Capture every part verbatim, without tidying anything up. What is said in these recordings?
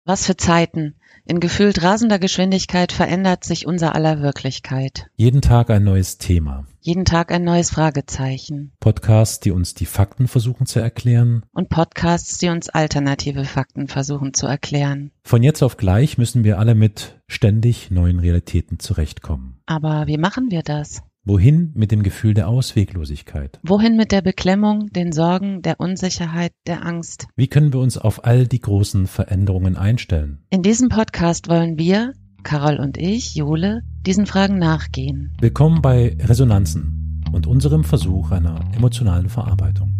Was für Zeiten. In gefühlt rasender Geschwindigkeit verändert sich unser aller Wirklichkeit. Jeden Tag ein neues Thema. Jeden Tag ein neues Fragezeichen. Podcasts, die uns die Fakten versuchen zu erklären. Und Podcasts, die uns alternative Fakten versuchen zu erklären. Von jetzt auf gleich müssen wir alle mit ständig neuen Realitäten zurechtkommen. Aber wie machen wir das? Wohin mit dem Gefühl der Ausweglosigkeit? Wohin mit der Beklemmung, den Sorgen, der Unsicherheit, der Angst? Wie können wir uns auf all die großen Veränderungen einstellen? In diesem Podcast wollen wir, Carol und ich, Jule, diesen Fragen nachgehen. Willkommen bei Resonanzen und unserem Versuch einer emotionalen Verarbeitung.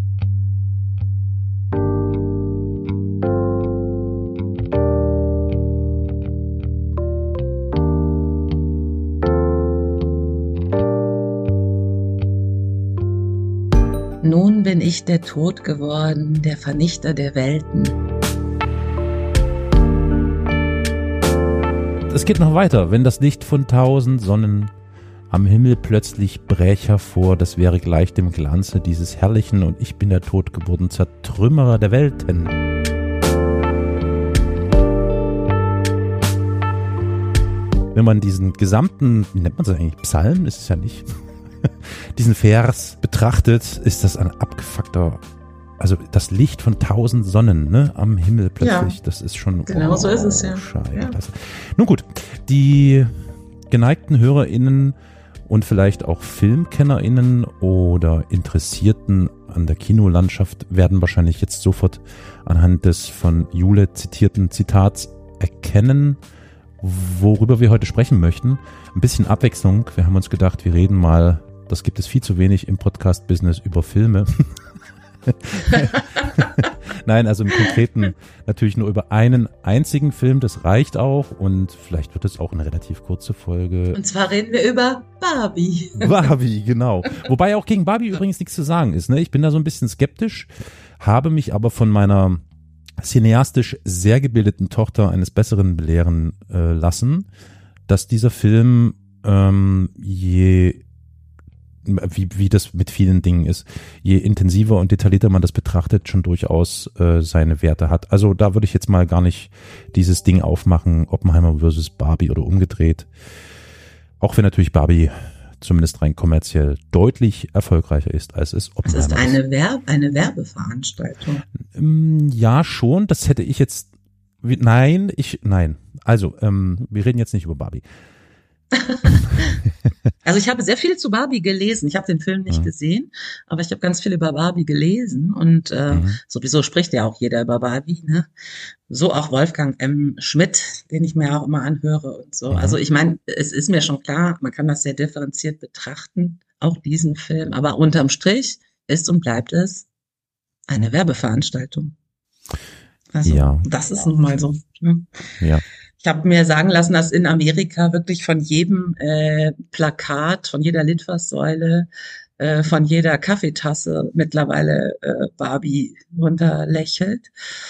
Nun bin ich der Tod geworden, der Vernichter der Welten. Es geht noch weiter. Wenn das Licht von tausend Sonnen am Himmel plötzlich bräch hervor, das wäre gleich dem Glanze dieses herrlichen und ich bin der Tod geworden Zertrümmerer der Welten. Wenn man diesen gesamten, wie nennt man das eigentlich, Psalm, ist es ja nicht, diesen Vers betrachtet, ist das ein abgefuckter, also das Licht von tausend Sonnen, ne, am Himmel plötzlich, ja, das ist schon, genau, oh, so ist es ja. Scheiße. Ja. Nun gut, die geneigten HörerInnen und vielleicht auch FilmkennerInnen oder Interessierten an der Kinolandschaft werden wahrscheinlich jetzt sofort anhand des von Jule zitierten Zitats erkennen, worüber wir heute sprechen möchten. Ein bisschen Abwechslung. Wir haben uns gedacht, wir reden mal, das gibt es viel zu wenig im Podcast-Business, über Filme. Nein, also im Konkreten natürlich nur über einen einzigen Film, das reicht auch und vielleicht wird es auch eine relativ kurze Folge. Und zwar reden wir über Barbie. Barbie, genau. Wobei auch gegen Barbie übrigens nichts zu sagen ist, ne? Ich bin da so ein bisschen skeptisch, habe mich aber von meiner cineastisch sehr gebildeten Tochter eines Besseren belehren äh, lassen, dass dieser Film ähm, je Wie, wie das mit vielen Dingen ist, je intensiver und detaillierter man das betrachtet, schon durchaus äh, seine Werte hat. Also da würde ich jetzt mal gar nicht dieses Ding aufmachen, Oppenheimer versus Barbie oder umgedreht. Auch wenn natürlich Barbie zumindest rein kommerziell deutlich erfolgreicher ist, als es Oppenheimer ist. Das ist eine, Werb, eine Werbeveranstaltung. Ja, schon. Das hätte ich jetzt, nein, ich, nein. Also, ähm, wir reden jetzt nicht über Barbie. Also ich habe sehr viel zu Barbie gelesen. Ich habe den Film nicht mhm. gesehen, aber ich habe ganz viel über Barbie gelesen und äh, mhm. sowieso spricht ja auch jeder über Barbie, ne? So auch Wolfgang M. Schmidt, den ich mir auch immer anhöre und so. Mhm. Also ich meine, es ist mir schon klar, man kann das sehr differenziert betrachten, auch diesen Film, aber unterm Strich ist und bleibt es eine Werbeveranstaltung. Also ja. Das ist nun mal so. Ne? Ja. Ich habe mir sagen lassen, dass in Amerika wirklich von jedem äh, Plakat, von jeder Litfaßsäule, äh, von jeder Kaffeetasse mittlerweile äh, Barbie runterlächelt.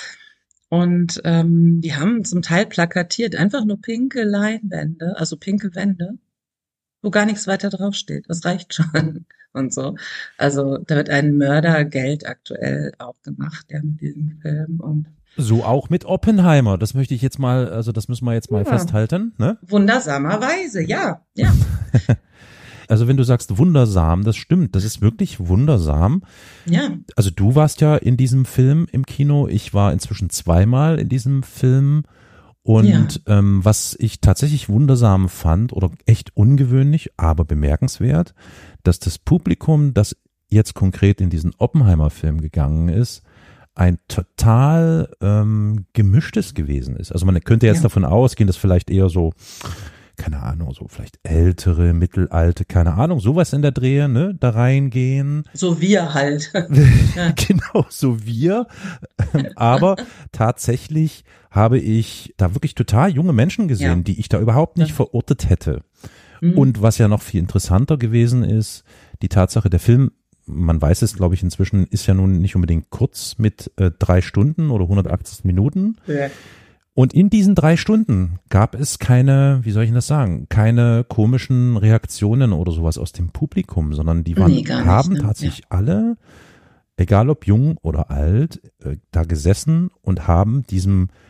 Und ähm, die haben zum Teil plakatiert einfach nur pinke Leinwände, also pinke Wände, wo gar nichts weiter draufsteht. Das reicht schon und so. Also da wird ein Mördergeld aktuell auch gemacht, ja, mit diesem Film und so auch mit Oppenheimer, das möchte ich jetzt mal, also das müssen wir jetzt mal ja. festhalten, ne? Wundersamerweise, ja, ja. Also wenn du sagst wundersam, das stimmt, das ist wirklich wundersam. Ja. Also du warst ja in diesem Film im Kino, ich war inzwischen zweimal in diesem Film und ja. ähm, was ich tatsächlich wundersam fand oder echt ungewöhnlich, aber bemerkenswert, dass das Publikum, das jetzt konkret in diesen Oppenheimer-Film gegangen ist, ein total ähm, gemischtes gewesen ist. Also man könnte jetzt ja. davon ausgehen, dass vielleicht eher so, keine Ahnung, so vielleicht ältere, mittelalte, keine Ahnung, sowas in der Drehe, ne, da reingehen. So wir halt. Genau, so wir. Aber tatsächlich habe ich da wirklich total junge Menschen gesehen, ja. die ich da überhaupt nicht ja. verortet hätte. Mhm. Und was ja noch viel interessanter gewesen ist, die Tatsache, der Film, man weiß es, glaube ich, inzwischen ist ja nun nicht unbedingt kurz mit äh, drei Stunden oder hundertachtzig Minuten. Ja. Und in diesen drei Stunden gab es keine, wie soll ich denn das sagen, keine komischen Reaktionen oder sowas aus dem Publikum, sondern die waren, nee, gar nicht, haben ne? tatsächlich ja. alle, egal ob jung oder alt, äh, da gesessen und haben diesem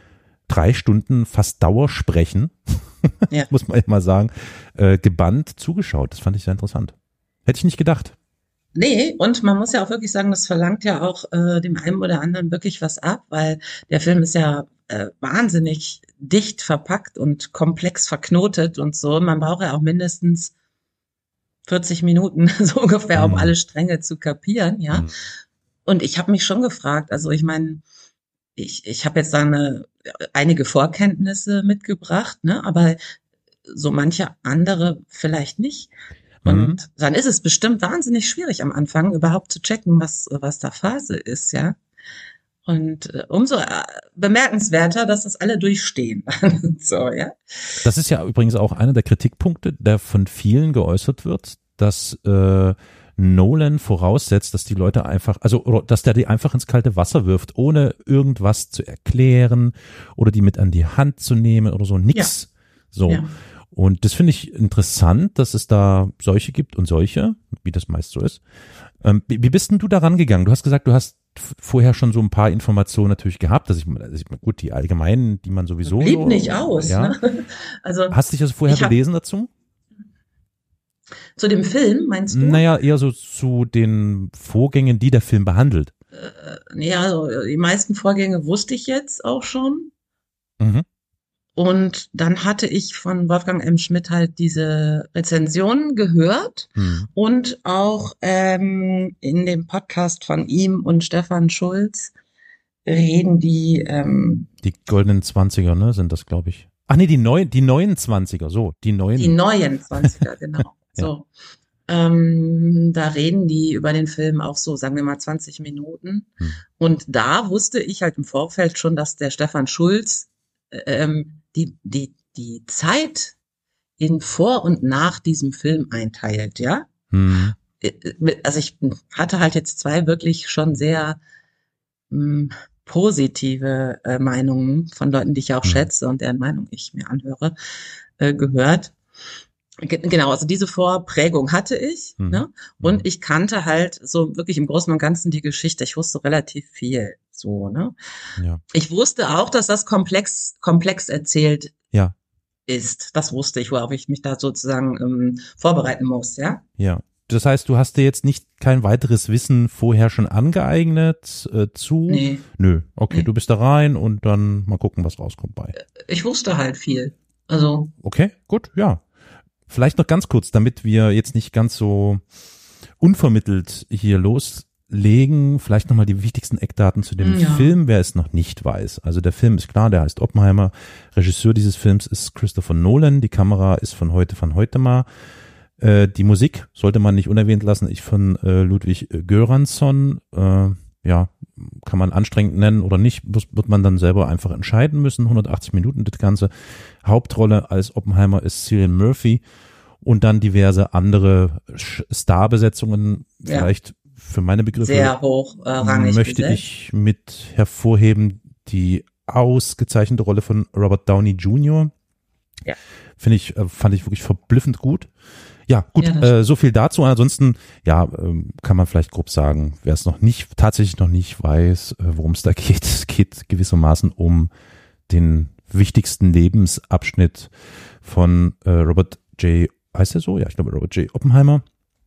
drei Stunden fast Dauersprechen, ja. muss man mal sagen, äh, gebannt zugeschaut. Das fand ich sehr interessant. Hätte ich nicht gedacht. Nee, und man muss ja auch wirklich sagen, das verlangt ja auch äh, dem einen oder anderen wirklich was ab, weil der Film ist ja äh, wahnsinnig dicht verpackt und komplex verknotet und so. Man braucht ja auch mindestens vierzig Minuten so ungefähr, um mhm. alle Stränge zu kapieren, ja. Mhm. Und ich habe mich schon gefragt, also ich meine, ich ich habe jetzt da eine, einige Vorkenntnisse mitgebracht, ne, aber so manche andere vielleicht nicht. Und mhm. dann ist es bestimmt wahnsinnig schwierig am Anfang überhaupt zu checken, was was da Phase ist, ja. Und äh, umso äh, bemerkenswerter, dass das alle durchstehen. So, ja. Das ist ja übrigens auch einer der Kritikpunkte, der von vielen geäußert wird, dass äh, Nolan voraussetzt, dass die Leute einfach, also oder, dass der die einfach ins kalte Wasser wirft, ohne irgendwas zu erklären oder die mit an die Hand zu nehmen oder so, nix. Ja. So. Ja. Und das finde ich interessant, dass es da solche gibt und solche, wie das meist so ist. Ähm, wie, wie bist denn du da rangegangen? Du hast gesagt, du hast vorher schon so ein paar Informationen natürlich gehabt, dass ich, also ich gut, die allgemeinen, die man sowieso. Blieb so, nicht aus. Ja. Ne? Also hast du dich also vorher belesen hab, dazu? Zu dem Film, meinst du? Naja, eher so zu den Vorgängen, die der Film behandelt. Äh, ja, also die meisten Vorgänge wusste ich jetzt auch schon. Mhm. Und dann hatte ich von Wolfgang M. Schmidt halt diese Rezensionen gehört hm. und auch ähm, in dem Podcast von ihm und Stefan Schulz reden die ähm, die goldenen Zwanziger, ne, sind das, glaube ich. Ach nee, die neuen, die neuen Zwanziger, so, die neuen. Die neuen Zwanziger, genau. ja. So, ähm, da reden die über den Film auch so, sagen wir mal zwanzig Minuten. Hm. Und da wusste ich halt im Vorfeld schon, dass der Stefan Schulz ähm, die, die, die Zeit in vor und nach diesem Film einteilt, ja. Hm. Also ich hatte halt jetzt zwei wirklich schon sehr mh, positive äh, Meinungen von Leuten, die ich auch hm. schätze und deren Meinung ich mir anhöre, äh, gehört. Ge- Genau, also diese Vorprägung hatte ich, hm. ne? Und hm. ich kannte halt so wirklich im Großen und Ganzen die Geschichte. Ich wusste relativ viel. So, ne? Ja. Ich wusste auch, dass das komplex, komplex erzählt ja. ist. Das wusste ich, worauf ich mich da sozusagen ähm, vorbereiten muss, ja? Ja. Das heißt, du hast dir jetzt nicht kein weiteres Wissen vorher schon angeeignet äh, zu? Nee. Nö. Okay, nee. Du bist da rein und dann mal gucken, was rauskommt bei. Ich wusste halt viel. Also. Okay, gut, ja. Vielleicht noch ganz kurz, damit wir jetzt nicht ganz so unvermittelt hier los legen, vielleicht nochmal die wichtigsten Eckdaten zu dem ja. Film, wer es noch nicht weiß. Also der Film ist klar, der heißt Oppenheimer. Regisseur dieses Films ist Christopher Nolan. Die Kamera ist von heute von Heutema. Äh, die Musik sollte man nicht unerwähnt lassen, ich von äh, Ludwig Göransson. Äh, ja, kann man anstrengend nennen oder nicht, wird man dann selber einfach entscheiden müssen. hundertachtzig Minuten das Ganze. Hauptrolle als Oppenheimer ist Cillian Murphy und dann diverse andere Starbesetzungen, ja. vielleicht für meine Begriffe sehr hochrangig möchte besetzt. Ich mit hervorheben die ausgezeichnete Rolle von Robert Downey Junior Ja. Finde ich, fand ich wirklich verblüffend gut. Ja, gut, ja, äh, so viel dazu. Ansonsten, ja, ähm, kann man vielleicht grob sagen, wer es noch nicht, tatsächlich noch nicht weiß, äh, worum es da geht. Es geht gewissermaßen um den wichtigsten Lebensabschnitt von äh, Robert J. Heißt er so? Ja, ich glaube Robert J. Oppenheimer.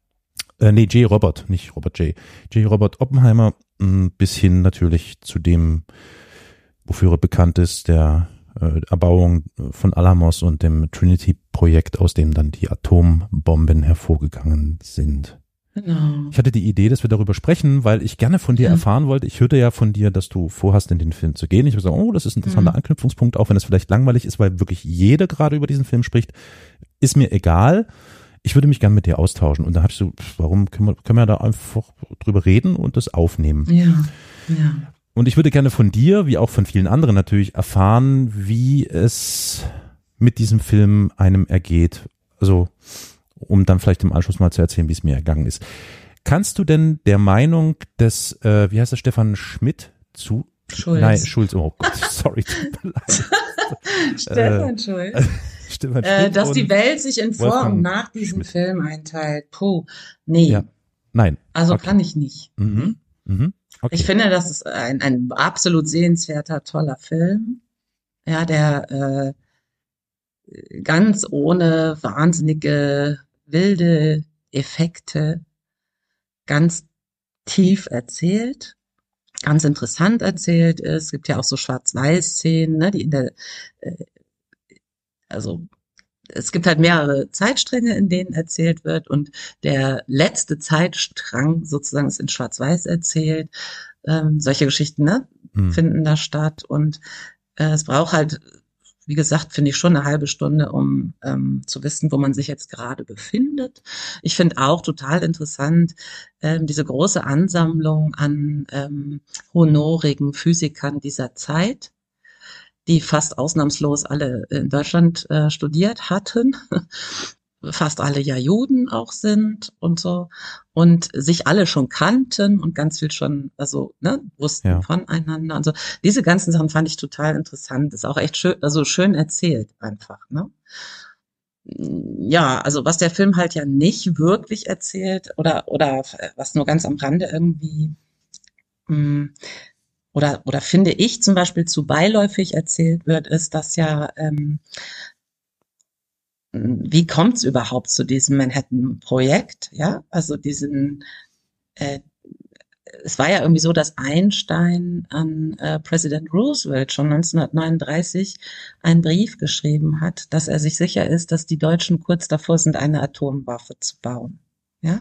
Äh, nee, J. Robert, nicht Robert J. J. Robert Oppenheimer, mh, bis hin natürlich zu dem, wofür er bekannt ist, der äh, Erbauung von Alamos und dem Trinity-Projekt, aus dem dann die Atombomben hervorgegangen sind. Genau. Ich hatte die Idee, dass wir darüber sprechen, weil ich gerne von dir ja. erfahren wollte. Ich hörte ja von dir, dass du vorhast, in den Film zu gehen. Ich habe gesagt, oh, das ist ein interessanter mhm. Anknüpfungspunkt, auch wenn es vielleicht langweilig ist, weil wirklich jeder gerade über diesen Film spricht. Ist mir egal. Ich würde mich gerne mit dir austauschen. Und da habe ich so, warum können wir, können wir da einfach drüber reden und das aufnehmen? Ja, ja. Und ich würde gerne von dir, wie auch von vielen anderen natürlich, erfahren, wie es mit diesem Film einem ergeht. Also, um dann vielleicht im Anschluss mal zu erzählen, wie es mir ergangen ist. Kannst du denn der Meinung des, äh, wie heißt der, Stefan Schmidt zu? Schulz. Nein, Schulz, oh Gott, sorry. Stefan äh, Schulz. Stefan Schmidt äh, dass die Welt sich in vor Wolfgang und nach diesem Schmidt. Film einteilt. Puh, nee. Ja. Nein. Also okay. kann ich nicht. Mhm. Mhm. Okay. Ich finde, das ist ein, ein absolut sehenswerter, toller Film. ja, der äh, ganz ohne wahnsinnige wilde Effekte ganz tief erzählt, ganz interessant erzählt ist. Es gibt ja auch so Schwarz-Weiß-Szenen, ne, die in der, äh, also es gibt halt mehrere Zeitstränge, in denen erzählt wird und der letzte Zeitstrang sozusagen ist in Schwarz-Weiß erzählt. Ähm, solche Geschichten, ne, Hm. finden da statt und äh, es braucht halt, wie gesagt, finde ich schon eine halbe Stunde, um ähm, zu wissen, wo man sich jetzt gerade befindet. Ich finde auch total interessant ähm, diese große Ansammlung an ähm, honorigen Physikern dieser Zeit, die fast ausnahmslos alle in Deutschland äh, studiert hatten, fast alle ja Juden auch sind und so und sich alle schon kannten und ganz viel schon, also ne, wussten Ja. voneinander und so. Diese ganzen Sachen fand ich total interessant. Ist auch echt schön, also schön erzählt einfach, ne? Ja, also was der Film halt ja nicht wirklich erzählt oder oder was nur ganz am Rande irgendwie mh, oder oder finde ich zum Beispiel zu beiläufig erzählt wird, ist, dass ja ähm, wie kommt es überhaupt zu diesem Manhattan-Projekt? Ja, also diesen, äh, es war ja irgendwie so, dass Einstein an äh, Präsident Roosevelt schon neunzehnhundertneununddreißig einen Brief geschrieben hat, dass er sich sicher ist, dass die Deutschen kurz davor sind, eine Atomwaffe zu bauen. Ja,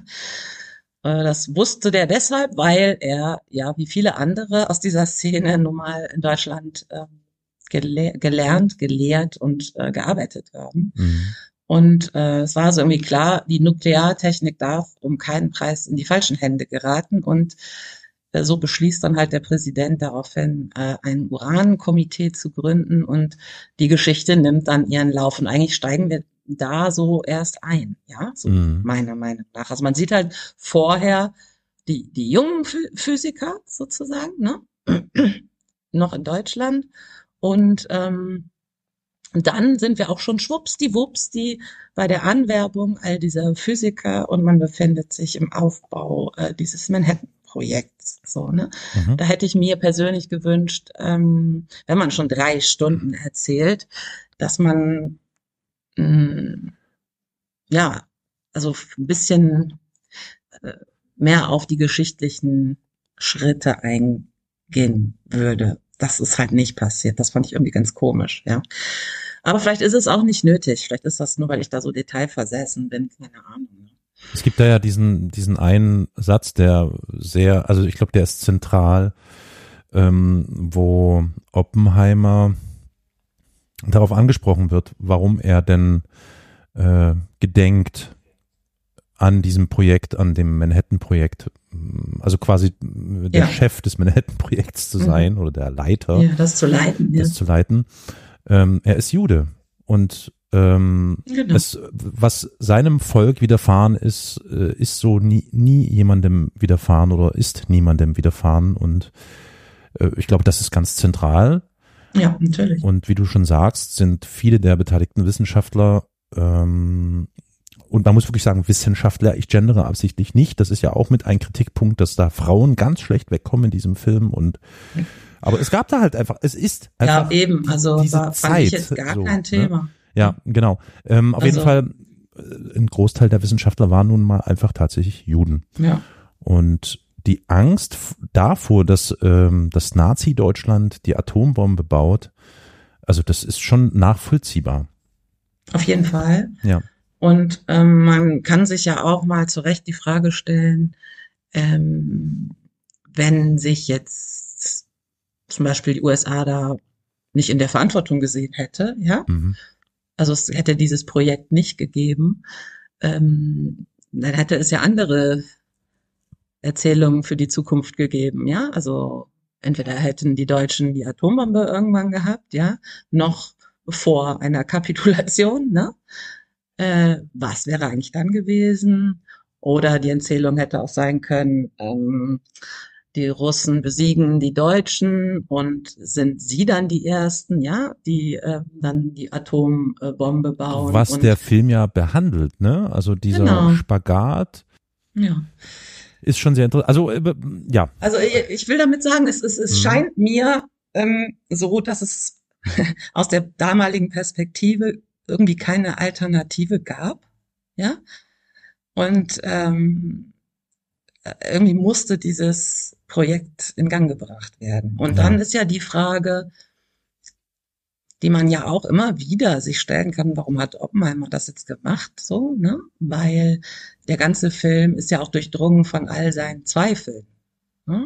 äh, das wusste der deshalb, weil er, ja, wie viele andere aus dieser Szene nun mal in Deutschland äh, gele gelernt, gelehrt und äh, gearbeitet haben. Mhm. Und äh, es war so irgendwie klar, die Nukleartechnik darf um keinen Preis in die falschen Hände geraten. Und äh, so beschließt dann halt der Präsident daraufhin, äh, ein Urankomitee zu gründen. Und die Geschichte nimmt dann ihren Lauf. Und eigentlich steigen wir da so erst ein, ja, so Mhm. meiner Meinung nach. Also man sieht halt vorher die die jungen Physiker sozusagen, ne, noch in Deutschland. Und ähm, dann sind wir auch schon schwuppsdiwuppsdi bei der Anwerbung all dieser Physiker und man befindet sich im Aufbau äh, dieses Manhattan-Projekts. So, ne? Mhm. Da hätte ich mir persönlich gewünscht, ähm, wenn man schon drei Stunden erzählt, dass man mh, ja, also ein bisschen äh, mehr auf die geschichtlichen Schritte eingehen würde. Das ist halt nicht passiert. Das fand ich irgendwie ganz komisch, ja. Aber vielleicht ist es auch nicht nötig. Vielleicht ist das nur, weil ich da so detailversessen bin. Keine Ahnung. Es gibt da ja diesen, diesen einen Satz, der sehr, also ich glaube, der ist zentral, ähm, wo Oppenheimer darauf angesprochen wird, warum er denn äh, gedenkt an diesem Projekt, an dem Manhattan-Projekt, also quasi der Ja. Chef des Manhattan-Projekts zu sein, mhm. oder der Leiter. Ja, das zu leiten. Ja. Das zu leiten. Ähm, er ist Jude und ähm, Genau. es, was seinem Volk widerfahren ist, äh, ist so nie, nie jemandem widerfahren oder ist niemandem widerfahren und äh, ich glaube, das ist ganz zentral. Ja, natürlich. Und wie du schon sagst, sind viele der beteiligten Wissenschaftler ähm, und man muss wirklich sagen, Wissenschaftler, ich gendere absichtlich nicht, das ist ja auch mit ein Kritikpunkt, dass da Frauen ganz schlecht wegkommen in diesem Film und aber es gab da halt einfach, es ist einfach ja, eben, also diese war, Zeit, fand ich jetzt gar so, kein Thema. Ne? Ja, genau. Ähm, auf Also, jeden Fall, äh, ein Großteil der Wissenschaftler waren nun mal einfach tatsächlich Juden. Ja. Und die Angst f- davor, dass ähm, das Nazi-Deutschland die Atombombe baut, also das ist schon nachvollziehbar. Auf jeden Fall. Ja. Und ähm, man kann sich ja auch mal zu Recht die Frage stellen, ähm, wenn sich jetzt zum Beispiel die U S A da nicht in der Verantwortung gesehen hätte, ja, Mhm. also es hätte dieses Projekt nicht gegeben, ähm, dann hätte es ja andere Erzählungen für die Zukunft gegeben, ja, also entweder hätten die Deutschen die Atombombe irgendwann gehabt, ja, noch vor einer Kapitulation, ne? Äh, was wäre eigentlich dann gewesen? Oder die Erzählung hätte auch sein können, ähm, die Russen besiegen die Deutschen und sind sie dann die Ersten, ja, die äh, dann die Atombombe bauen. Was und der Film ja behandelt, ne? Also dieser Genau. Spagat ja. ist schon sehr interessant. Also äh, ja. Also ich, ich will damit sagen, es, es, es Mhm. scheint mir ähm, so, dass es aus der damaligen Perspektive irgendwie keine Alternative gab, ja. Und ähm, irgendwie musste dieses Projekt in Gang gebracht werden. Und Ja. dann ist ja die Frage, die man ja auch immer wieder sich stellen kann, warum hat Oppenheimer das jetzt gemacht, so, ne? Weil der ganze Film ist ja auch durchdrungen von all seinen Zweifeln, ne?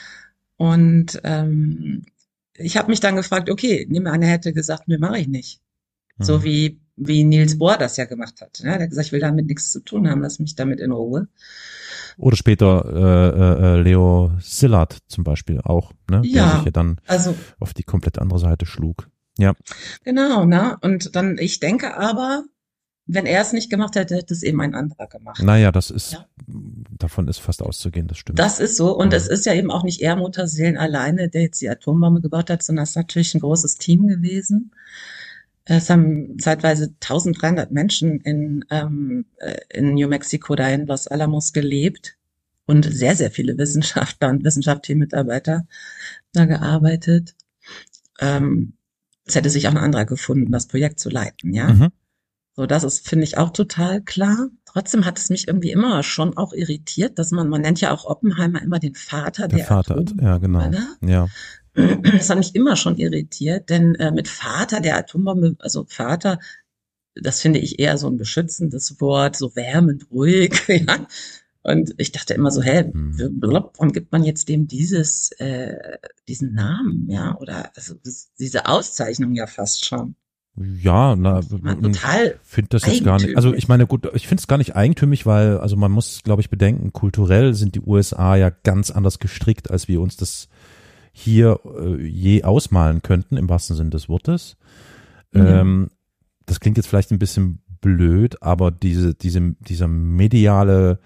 Und ähm, ich habe mich dann gefragt, okay, nehmen wir an, er hätte gesagt, nö, mache ich nicht. So Mhm. wie wie Niels Bohr das ja gemacht hat. Ne? Er hat gesagt, ich will damit nichts zu tun haben, lass mich damit in Ruhe. Oder später äh, äh, Leo Szilard zum Beispiel auch, ne? Der Ja, sich ja dann also auf die komplett andere Seite schlug. Ja. genau, ne? Und dann, ich denke aber, wenn er es nicht gemacht hätte, hätte es eben ein anderer gemacht. Naja, das ist, Ja. davon ist fast auszugehen, das stimmt. Das ist so. Und Ja. es ist ja eben auch nicht er Mutterseelen alleine, der jetzt die Atombombe gebaut hat, sondern es ist natürlich ein großes Team gewesen. Es haben zeitweise dreizehnhundert Menschen in, ähm, äh, in New Mexico, da in Los Alamos gelebt und sehr, sehr viele Wissenschaftler und wissenschaftliche Mitarbeiter da gearbeitet. Ähm, es hätte sich auch ein anderer gefunden, das Projekt zu leiten, ja. Mhm. So, das ist, finde ich, auch total klar. Trotzdem hat es mich irgendwie immer schon auch irritiert, dass man, man nennt ja auch Oppenheimer immer den Vater Der der Vater, Atombombe, ja, genau. ne? Ja. Das hat mich immer schon irritiert, denn äh, mit Vater der Atombombe, also Vater, das finde ich eher so ein beschützendes Wort, so wärmend, ruhig, ja. Und ich dachte immer so, hä, Hm. blub, warum gibt man jetzt dem dieses, äh, diesen Namen, ja, oder also das, diese Auszeichnung ja fast schon. Ja, na, Man ich total finde das jetzt gar nicht. Also ich eigentümlich. meine, gut, ich finde es gar nicht eigentümlich, weil, also man muss, glaube ich, bedenken, kulturell sind die U S A ja ganz anders gestrickt, als wir uns das hier äh, je ausmalen könnten, im wahrsten Sinne des Wortes. Ja. Ähm, das klingt jetzt vielleicht ein bisschen blöd, aber diese, diese, dieser mediale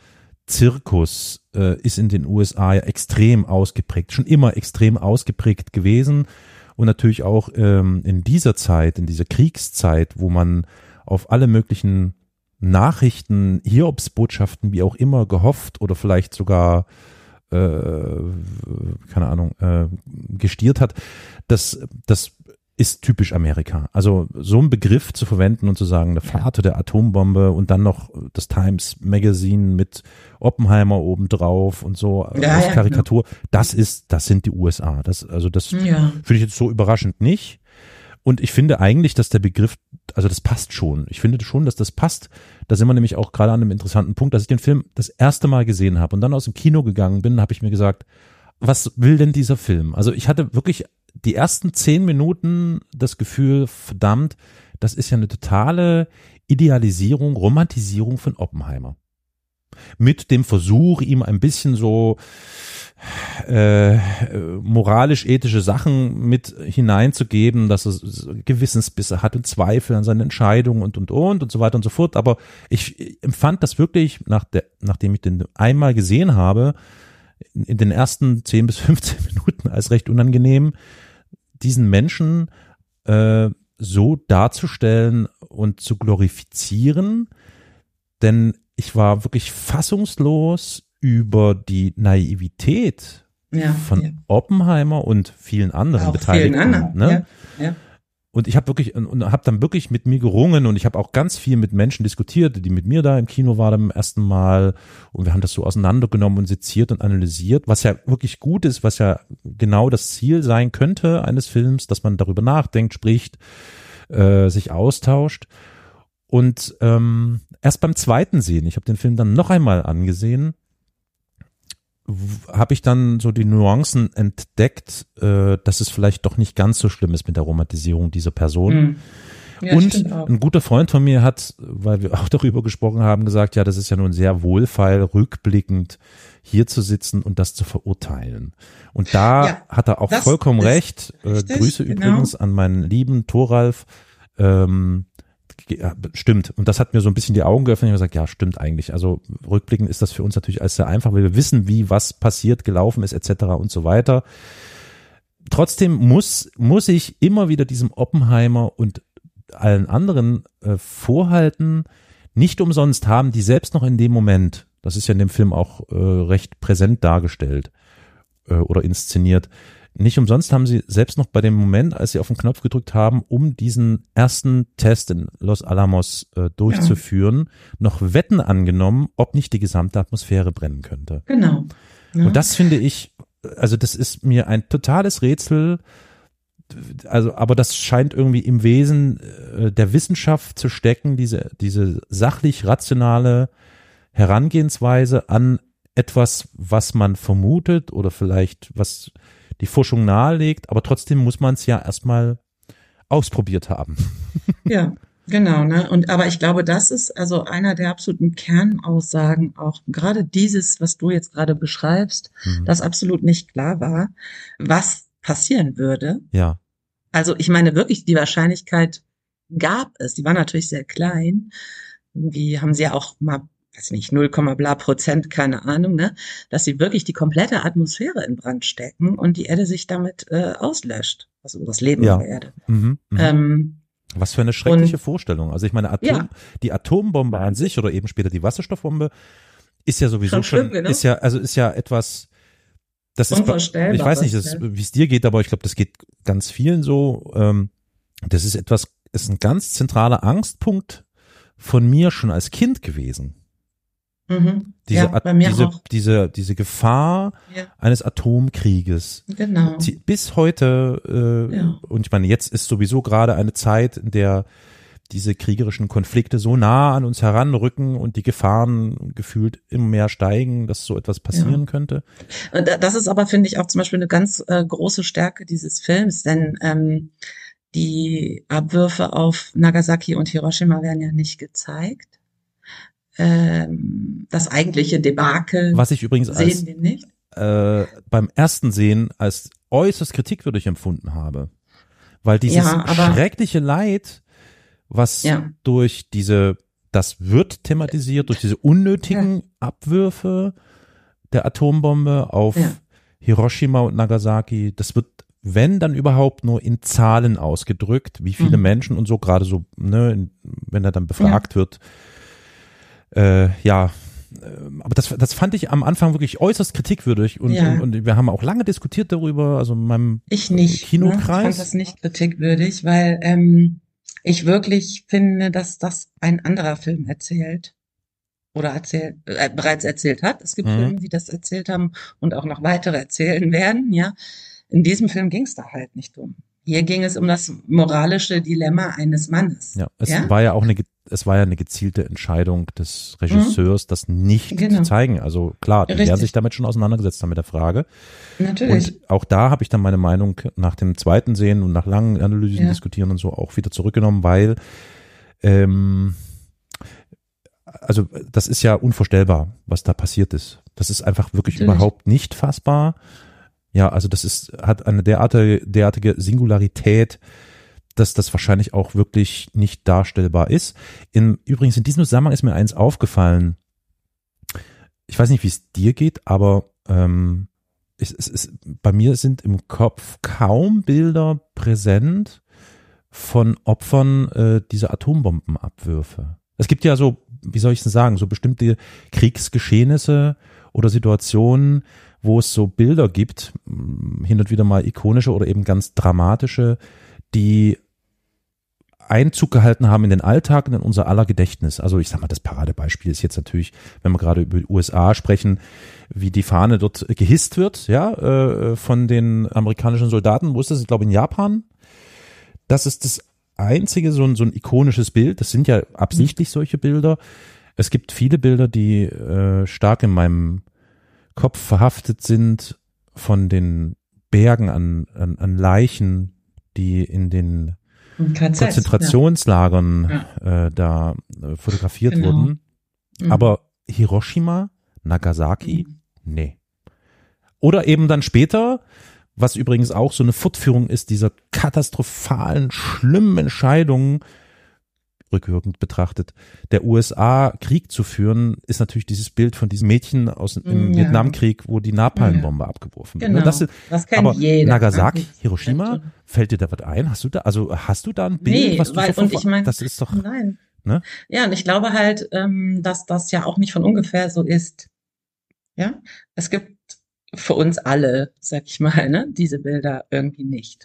Zirkus äh, ist in den U S A ja extrem ausgeprägt, schon immer extrem ausgeprägt gewesen. Und natürlich auch ähm, in dieser Zeit, in dieser Kriegszeit, wo man auf alle möglichen Nachrichten, Hiobsbotschaften, wie auch immer, gehofft oder vielleicht sogar, äh, keine Ahnung, äh, gestiert hat, das, das ist typisch Amerika. Also so einen Begriff zu verwenden und zu sagen, der Vater der Atombombe und dann noch das Times Magazine mit Oppenheimer obendrauf und so Ja, als ja, Karikatur, das ist, das sind die U S A. Das, also das Ja. finde ich jetzt so überraschend nicht. Und ich finde eigentlich, dass der Begriff, also das passt schon. Ich finde schon, dass das passt. Da sind wir nämlich auch gerade an einem interessanten Punkt, dass ich den Film das erste Mal gesehen habe und dann aus dem Kino gegangen bin, habe ich mir gesagt, was will denn dieser Film? Also ich hatte wirklich die ersten zehn Minuten das Gefühl, verdammt, das ist ja eine totale Idealisierung, Romantisierung von Oppenheimer. Mit dem Versuch, ihm ein bisschen so äh, moralisch-ethische Sachen mit hineinzugeben, dass er Gewissensbisse hat und Zweifel an seinen Entscheidungen und, und, und und so weiter und so fort. Aber ich empfand das wirklich, nach der, nachdem ich den einmal gesehen habe, in den ersten zehn bis fünfzehn Minuten als recht unangenehm, diesen Menschen äh, so darzustellen und zu glorifizieren, denn ich war wirklich fassungslos über die Naivität Ja, von ja. Oppenheimer und vielen anderen Auch Beteiligten. vielen anderen. Ne? Ja, ja. Und ich habe wirklich und, und habe dann wirklich mit mir gerungen und ich habe auch ganz viel mit Menschen diskutiert, die mit mir da im Kino waren beim ersten Mal und wir haben das so auseinandergenommen und seziert und analysiert, was ja wirklich gut ist, was ja genau das Ziel sein könnte eines Films, dass man darüber nachdenkt, spricht, äh, sich austauscht. Und ähm, erst beim zweiten Sehen, ich habe den Film dann noch einmal angesehen, habe ich dann so die Nuancen entdeckt, äh, dass es vielleicht doch nicht ganz so schlimm ist mit der Romantisierung dieser Person. Mhm. Ja, Und stimmt auch. ein guter Freund von mir hat, weil wir auch darüber gesprochen haben, gesagt, ja, das ist ja nun sehr wohlfeil, rückblickend hier zu sitzen und das zu verurteilen. Und da Ja, hat er auch das vollkommen ist recht. Äh, richtig, Grüße genau. übrigens an meinen lieben Thoralf. Ähm, Ja, stimmt. Und das hat mir so ein bisschen die Augen geöffnet. Ich habe gesagt, ja, stimmt eigentlich. Also rückblickend ist das für uns natürlich alles sehr einfach, weil wir wissen, wie was passiert, gelaufen ist, et cetera und so weiter. Trotzdem muss muss ich immer wieder diesem Oppenheimer und allen anderen äh, vorhalten, nicht umsonst haben die selbst noch in dem Moment, das ist ja in dem Film auch äh, recht präsent dargestellt äh, oder inszeniert, nicht umsonst haben sie selbst noch bei dem Moment, als sie auf den Knopf gedrückt haben, um diesen ersten Test in Los Alamos äh, durchzuführen, ja. noch Wetten angenommen, ob nicht die gesamte Atmosphäre brennen könnte. Genau. Ja. Und das finde ich, also das ist mir ein totales Rätsel, also aber das scheint irgendwie im Wesen äh, der Wissenschaft zu stecken, diese diese sachlich rationale Herangehensweise an etwas, was man vermutet oder vielleicht was die Forschung nahelegt, aber trotzdem muss man es ja erstmal ausprobiert haben. Ja, genau, ne? Und aber ich glaube, das ist also einer der absoluten Kernaussagen, auch gerade dieses, was du jetzt gerade beschreibst, mhm. das absolut nicht klar war, was passieren würde. Ja. Also ich meine wirklich, die Wahrscheinlichkeit gab es, die war natürlich sehr klein. Irgendwie haben sie ja auch mal, weiß nicht, null, bla Prozent, keine Ahnung, ne, dass sie wirklich die komplette Atmosphäre in Brand stecken und die Erde sich damit äh, auslöscht, also das Leben ja. auf der Erde. Mhm, mh. ähm, Was für eine schreckliche und, Vorstellung. Also ich meine, Atom, ja. die Atombombe an sich oder eben später die Wasserstoffbombe ist ja sowieso schon, schon schlimm, genau. ist ja, also ist ja etwas, das ist, unvorstellbar. ich weiß nicht, wie es dir geht, aber ich glaube, das geht ganz vielen so. Ähm, das ist etwas, ist ein ganz zentraler Angstpunkt von mir schon als Kind gewesen. Mhm. Diese, ja, bei mir diese, auch. diese, diese Gefahr ja. eines Atomkrieges. Genau. Bis heute, äh, ja. und ich meine, jetzt ist sowieso gerade eine Zeit, in der diese kriegerischen Konflikte so nah an uns heranrücken und die Gefahren gefühlt immer mehr steigen, dass so etwas passieren ja. könnte. Das ist aber, finde ich, auch zum Beispiel eine ganz äh, große Stärke dieses Films, denn ähm, die Abwürfe auf Nagasaki und Hiroshima werden ja nicht gezeigt. Ähm, das eigentliche Debakel Was ich übrigens sehen als, wir nicht. Äh, beim ersten Sehen als äußerst kritikwürdig empfunden habe. Weil dieses ja, aber, schreckliche Leid, was ja. durch diese, das wird thematisiert, durch diese unnötigen ja. Abwürfe der Atombombe auf ja. Hiroshima und Nagasaki, das wird, wenn dann überhaupt, nur in Zahlen ausgedrückt, wie viele mhm. Menschen und so, gerade so, ne, wenn er dann befragt ja. wird, äh, ja, aber das, das fand ich am Anfang wirklich äußerst kritikwürdig und, ja. und, und wir haben auch lange diskutiert darüber, also in meinem ich nicht, Kinokreis. Ne? Ich fand das nicht kritikwürdig, weil ähm, ich wirklich finde, dass das ein anderer Film erzählt oder erzählt, äh, bereits erzählt hat. Es gibt mhm. Filme, die das erzählt haben und auch noch weitere erzählen werden, ja. In diesem Film ging es da halt nicht um. Hier ging es um das moralische Dilemma eines Mannes. Ja, es ja? war ja auch eine, es war ja eine gezielte Entscheidung des Regisseurs, mhm. das nicht genau. zu zeigen. Also klar, die werden sich damit schon auseinandergesetzt haben mit der Frage. Natürlich. Und auch da habe ich dann meine Meinung nach dem zweiten Sehen und nach langen Analysen, ja. diskutieren und so auch wieder zurückgenommen, weil ähm, also das ist ja unvorstellbar, was da passiert ist. Das ist einfach wirklich Natürlich. überhaupt nicht fassbar. Ja, also das ist, hat eine derartige, derartige Singularität, dass das wahrscheinlich auch wirklich nicht darstellbar ist. In, übrigens, in diesem Zusammenhang ist mir eins aufgefallen. Ich weiß nicht, wie es dir geht, aber ähm, es, es ist, bei mir sind im Kopf kaum Bilder präsent von Opfern äh, dieser Atombombenabwürfe. Es gibt ja so, wie soll ich denn sagen, so bestimmte Kriegsgeschehnisse oder Situationen, wo es so Bilder gibt, hin und wieder mal ikonische oder eben ganz dramatische, die Einzug gehalten haben in den Alltag und in unser aller Gedächtnis. Also ich sag mal, das Paradebeispiel ist jetzt natürlich, wenn wir gerade über die U S A sprechen, wie die Fahne dort gehisst wird, ja, äh, von den amerikanischen Soldaten. Wo ist das? Ich glaube in Japan. Das ist das einzige, so ein, so ein ikonisches Bild. Das sind ja absichtlich solche Bilder. Es gibt viele Bilder, die äh, stark in meinem Kopf verhaftet sind von den Bergen an, an, an Leichen, die in den K Z, Konzentrationslagern ja. äh, da äh, fotografiert genau. wurden. Mhm. Aber Hiroshima, Nagasaki, mhm. nee. Oder eben dann später, was übrigens auch so eine Fortführung ist dieser katastrophalen, schlimmen Entscheidungen, rückwirkend betrachtet, der U S A Krieg zu führen, ist natürlich dieses Bild von diesem Mädchen aus dem ja. Vietnamkrieg, wo die Napalmbombe ja. abgeworfen wird. Genau. Das, ist, das kennt aber jeder. Nagasaki, Hiroshima, fällt dir da was ein? Hast du da, also hast du da ein Bild, nee, was du weil, so und ich mein, das ist doch, nein. Ne? Ja, und ich glaube halt, ähm, dass das ja auch nicht von ungefähr so ist. Ja, es gibt für uns alle, sag ich mal, ne, diese Bilder irgendwie nicht.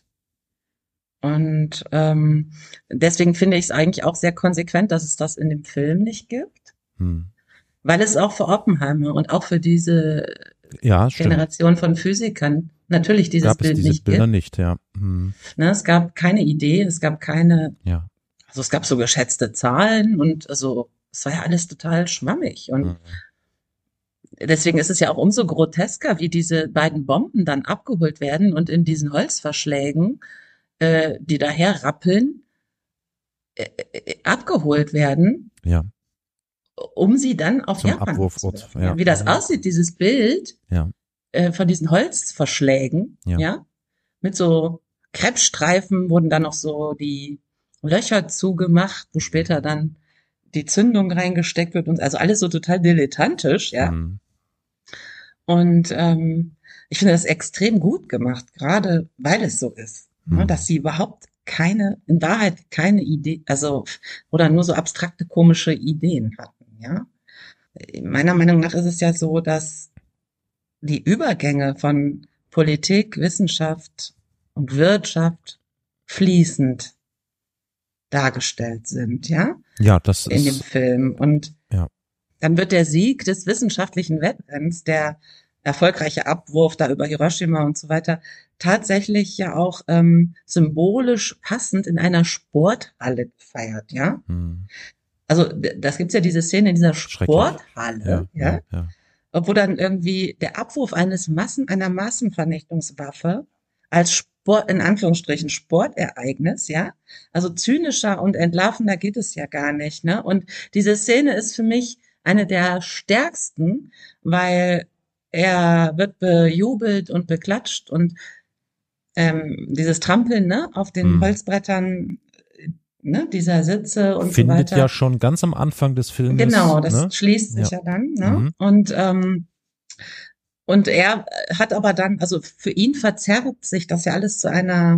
Und ähm, deswegen finde ich es eigentlich auch sehr konsequent, dass es das in dem Film nicht gibt, Hm. weil es auch für Oppenheimer und auch für diese Ja, stimmt. Generation von Physikern natürlich dieses Gab es Bild diese nicht Bilder gibt. nicht, ja. Hm. Ne, es gab keine Idee, es gab keine, Ja. also es gab so geschätzte Zahlen und also es war ja alles total schwammig. Und Hm. deswegen ist es ja auch umso grotesker, wie diese beiden Bomben dann abgeholt werden und in diesen Holzverschlägen, äh, die daher rappeln, äh, äh, abgeholt werden, Ja, um sie dann auf zum Japan zu Abwurfort. werfen. Ja. Wie das Mhm. aussieht, dieses Bild Ja, äh, von diesen Holzverschlägen, Ja. ja, mit so Kreppstreifen wurden dann noch so die Löcher zugemacht, wo später dann die Zündung reingesteckt wird und also alles so total dilettantisch, ja. Hm. Und ähm, ich finde das extrem gut gemacht, gerade weil es so ist, ne, Mhm. dass sie überhaupt keine, in Wahrheit keine Idee, also oder nur so abstrakte, komische Ideen hatten, ja. Meiner Meinung nach ist es ja so, dass die Übergänge von Politik, Wissenschaft und Wirtschaft fließend dargestellt sind, ja, Ja, das in dem ist, Film. Und ja. dann wird der Sieg des wissenschaftlichen Wettrenns, der erfolgreiche Abwurf da über Hiroshima und so weiter, tatsächlich ja auch ähm, symbolisch passend in einer Sporthalle gefeiert, ja. Hm. Also d- das gibt's ja diese Szene in dieser Schrecklich. Sporthalle, Ja, ja, ja, ja. wo dann irgendwie der Abwurf eines Massen, einer Massenvernichtungswaffe als Sport, in Anführungsstrichen Sportereignis, ja. Also zynischer und entlarvender geht es ja gar nicht, ne? Und diese Szene ist für mich eine der stärksten, weil er wird bejubelt und beklatscht und ähm, dieses Trampeln, ne, auf den Hm. Holzbrettern, ne, dieser Sitze und so Findet weiter. ja schon ganz am Anfang des Films. Genau, das ne? schließt sich Ja. ja, dann, ne? Mhm. Und ähm, und er hat aber dann, also für ihn verzerrt sich das ja alles zu einer,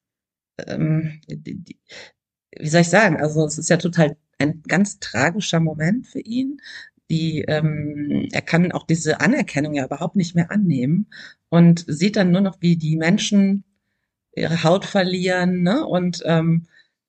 ähm, die, die, wie soll ich sagen, also es ist ja total ein ganz tragischer Moment für ihn. Die, ähm, er kann auch diese Anerkennung ja überhaupt nicht mehr annehmen und sieht dann nur noch, wie die Menschen ihre Haut verlieren, ne? Und ähm,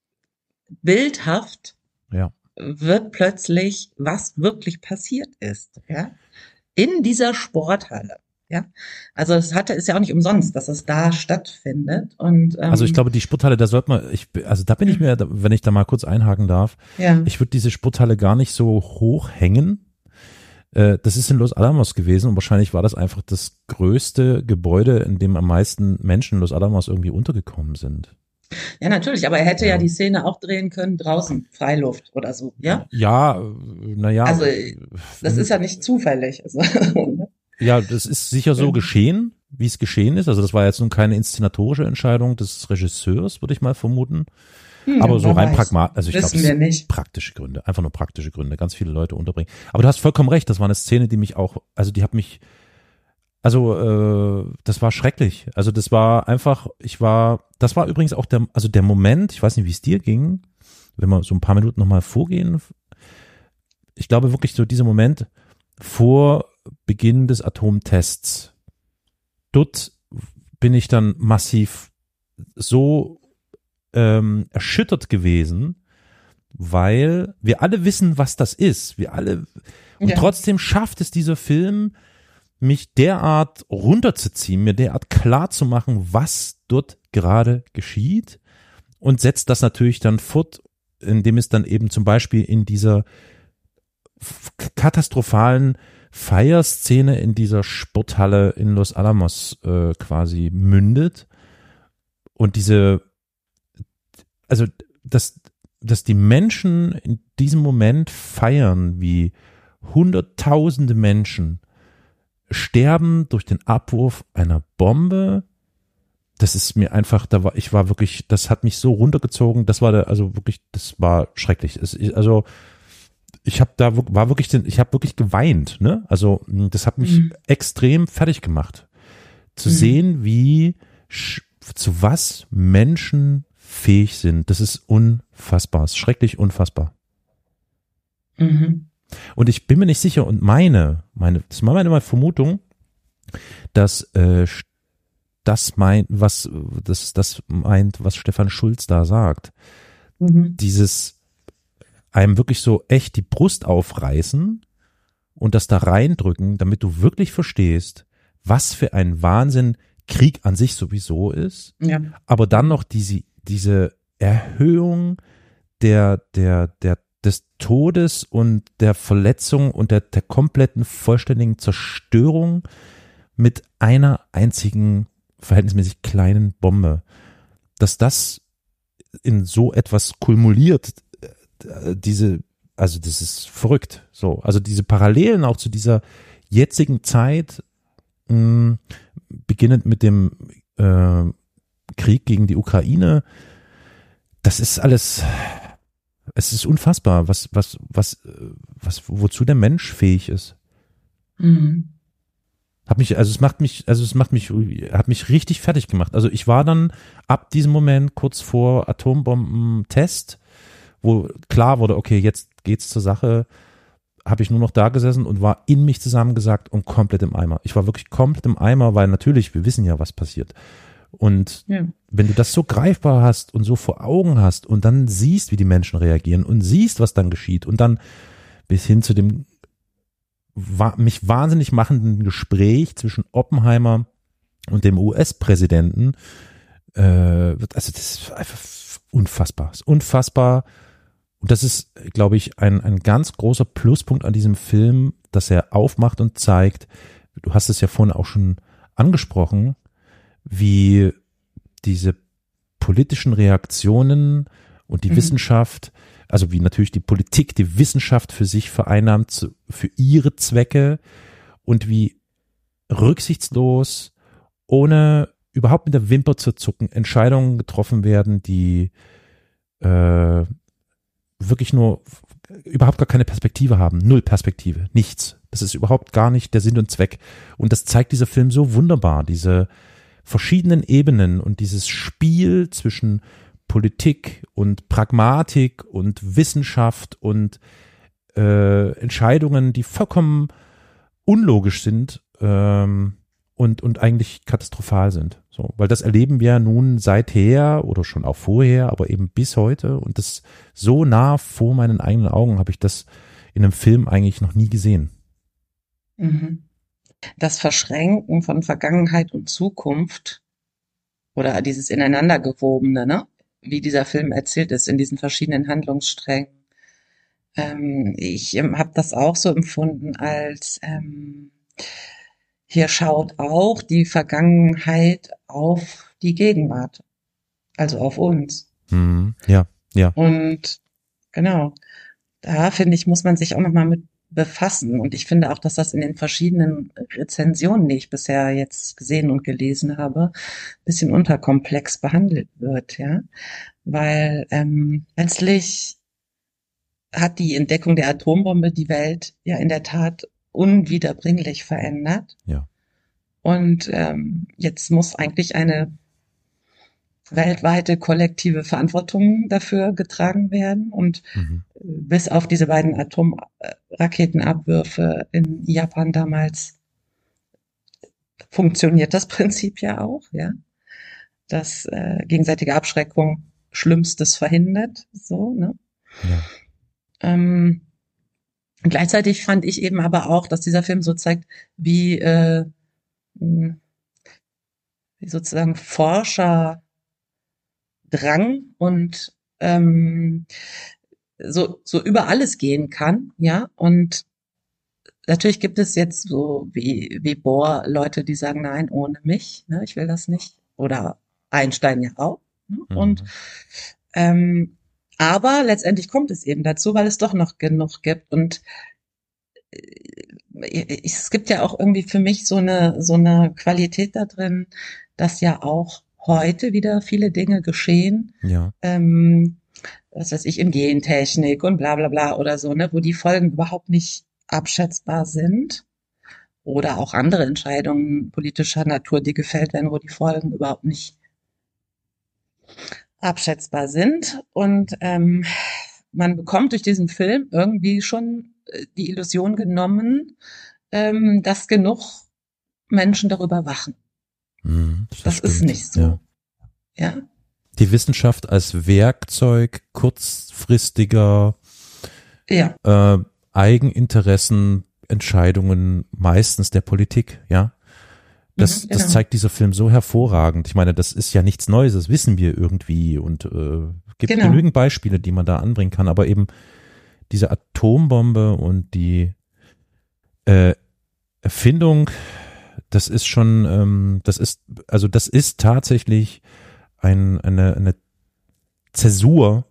bildhaft Ja. wird plötzlich, was wirklich passiert ist, ja, in dieser Sporthalle, ja. Also es hatte, ist ja auch nicht umsonst, dass es da stattfindet und ähm, Also ich glaube, die Sporthalle, da sollte man, ich, also da bin ich mir, wenn ich da mal kurz einhaken darf, ja, ich würde diese Sporthalle gar nicht so hoch hängen. Äh, Das ist in Los Alamos gewesen und wahrscheinlich war das einfach das größte Gebäude, in dem am meisten Menschen in Los Alamos irgendwie untergekommen sind. ja natürlich, aber er hätte ja. Ja. die Szene auch drehen können draußen, Freiluft oder so, ja. Ja, naja. Also das ist ja nicht zufällig. Also, Ja, das ist sicher so geschehen, wie es geschehen ist. Also das war jetzt nun keine inszenatorische Entscheidung des Regisseurs, würde ich mal vermuten. hm, Aber so wer rein weiß. pragmatisch, also ich glaube, Wissen es wir sind nicht. praktische Gründe, einfach nur praktische Gründe, ganz viele Leute unterbringen. Aber du hast vollkommen recht, das war eine Szene, die mich auch, also die hat mich, also äh, das war schrecklich. Also das war einfach, ich war, das war übrigens auch der, also der Moment, ich weiß nicht, wie es dir ging, wenn wir so ein paar Minuten nochmal vorgehen. Ich glaube wirklich so dieser Moment vor Beginn des Atomtests. Dort bin ich dann massiv so ähm, erschüttert gewesen, weil wir alle wissen, was das ist. Wir alle und Ja. trotzdem schafft es dieser Film, mich derart runterzuziehen, mir derart klar zu machen, was dort gerade geschieht und setzt das natürlich dann fort, indem es dann eben zum Beispiel in dieser f- katastrophalen Feierszene in dieser Sporthalle in Los Alamos äh, quasi mündet und diese, also dass, dass die Menschen in diesem Moment feiern, wie hunderttausende Menschen sterben durch den Abwurf einer Bombe. Das ist mir einfach, da war, ich war wirklich, das hat mich so runtergezogen, das war der, also wirklich, das war schrecklich. Es, also ich habe da war wirklich, den, ich habe wirklich geweint, ne? Also das hat mich Mhm. extrem fertig gemacht, zu Mhm. sehen, wie sch- zu was Menschen fähig sind. Das ist unfassbar, ist schrecklich unfassbar. Mhm. Und ich bin mir nicht sicher und meine, meine, das war meine Vermutung, dass äh, das meint, was das, das meint, was Stefan Schulz da sagt. Mhm. Dieses einem wirklich so echt die Brust aufreißen und das da reindrücken, damit du wirklich verstehst, was für ein Wahnsinn Krieg an sich sowieso ist, Ja. aber dann noch diese, diese Erhöhung der, der, der, des Todes und der Verletzung und der, der kompletten vollständigen Zerstörung mit einer einzigen verhältnismäßig kleinen Bombe. Dass das in so etwas kumuliert, diese, also das ist verrückt. So, also diese Parallelen auch zu dieser jetzigen Zeit, mh, beginnend mit dem äh, Krieg gegen die Ukraine, das ist alles, es ist unfassbar, was, was, was, was, wozu der Mensch fähig ist. Mhm. Hat mich, also es macht mich, also es macht mich, hat mich richtig fertig gemacht. Also ich war dann ab diesem Moment kurz vor Atombombentest, wo klar wurde, okay, jetzt geht's zur Sache, habe ich nur noch da gesessen und war in mich zusammengesackt und komplett im Eimer. Ich war wirklich komplett im Eimer, weil natürlich, wir wissen ja, was passiert. Und Ja. wenn du das so greifbar hast und so vor Augen hast und dann siehst, wie die Menschen reagieren und siehst, was dann geschieht und dann bis hin zu dem wa- mich wahnsinnig machenden Gespräch zwischen Oppenheimer und dem U S-Präsidenten, äh, wird- also das ist einfach unfassbar, ist unfassbar. Und das ist, glaube ich, ein, ein ganz großer Pluspunkt an diesem Film, dass er aufmacht und zeigt, du hast es ja vorhin auch schon angesprochen, wie diese politischen Reaktionen und die Mhm. Wissenschaft, also wie natürlich die Politik die Wissenschaft für sich vereinnahmt, zu- für ihre Zwecke und wie rücksichtslos, ohne überhaupt mit der Wimper zu zucken, Entscheidungen getroffen werden, die äh, wirklich nur überhaupt gar keine Perspektive haben, null Perspektive, nichts. Das ist überhaupt gar nicht der Sinn und Zweck. Und das zeigt dieser Film so wunderbar, diese verschiedenen Ebenen und dieses Spiel zwischen Politik und Pragmatik und Wissenschaft und äh, Entscheidungen, die vollkommen unlogisch sind ähm, und, und eigentlich katastrophal sind. So, weil das erleben wir nun seither oder schon auch vorher, aber eben bis heute und das so nah vor meinen eigenen Augen habe ich das in einem Film eigentlich noch nie gesehen. Mhm. Das Verschränken von Vergangenheit und Zukunft oder dieses Ineinandergewobene, ne? Wie dieser Film erzählt ist in diesen verschiedenen Handlungssträngen. Ähm, ich ähm, habe das auch so empfunden als ähm, hier schaut auch die Vergangenheit auf die Gegenwart, also auf uns. Mhm. Ja, ja. Und genau, da finde ich, muss man sich auch nochmal mit befassen. Und ich finde auch, dass das in den verschiedenen Rezensionen, die ich bisher jetzt gesehen und gelesen habe, ein bisschen unterkomplex behandelt wird, ja. Weil ähm, letztlich hat die Entdeckung der Atombombe die Welt ja in der Tat unwiederbringlich verändert. Ja. Und ähm, jetzt muss eigentlich eine weltweite kollektive Verantwortung dafür getragen werden. Und Mhm. bis auf diese beiden Atomraketenabwürfe in Japan damals funktioniert das Prinzip ja auch, ja, dass äh, gegenseitige Abschreckung Schlimmstes verhindert, so, ne? Ja. Ähm, gleichzeitig fand ich eben aber auch, dass dieser Film so zeigt, wie, äh, mh, wie sozusagen Forscherdrang und ähm, so, so über alles gehen kann, ja, und natürlich gibt es jetzt so wie, wie Bohr Leute, die sagen, nein, ohne mich, ne, ich will das nicht. Oder Einstein ja auch. Ne? Und Mhm. ähm, aber letztendlich kommt es eben dazu, weil es doch noch genug gibt. Und äh, es gibt ja auch irgendwie für mich so eine so eine Qualität da drin, dass ja auch heute wieder viele Dinge geschehen. Ja. Ähm, was weiß ich, in Gentechnik und bla bla bla oder so, ne, wo die Folgen überhaupt nicht abschätzbar sind. Oder auch andere Entscheidungen politischer Natur, die gefällt werden, wo die Folgen überhaupt nicht abschätzbar sind. Und ähm, man bekommt durch diesen Film irgendwie schon äh, die Illusion genommen, ähm, dass genug Menschen darüber wachen. Mhm, das das stimmt. ist nicht so. Ja. Ja. Die Wissenschaft als Werkzeug kurzfristiger Ja. äh, Eigeninteressen, Entscheidungen meistens der Politik, ja. Das, Mhm, genau. das zeigt dieser Film so hervorragend. Ich meine, das ist ja nichts Neues, das wissen wir irgendwie und äh, gibt Genau. genügend Beispiele, die man da anbringen kann, aber eben diese Atombombe und die äh, Erfindung, das ist schon, ähm, das ist, also das ist tatsächlich ein, eine, eine Zäsur,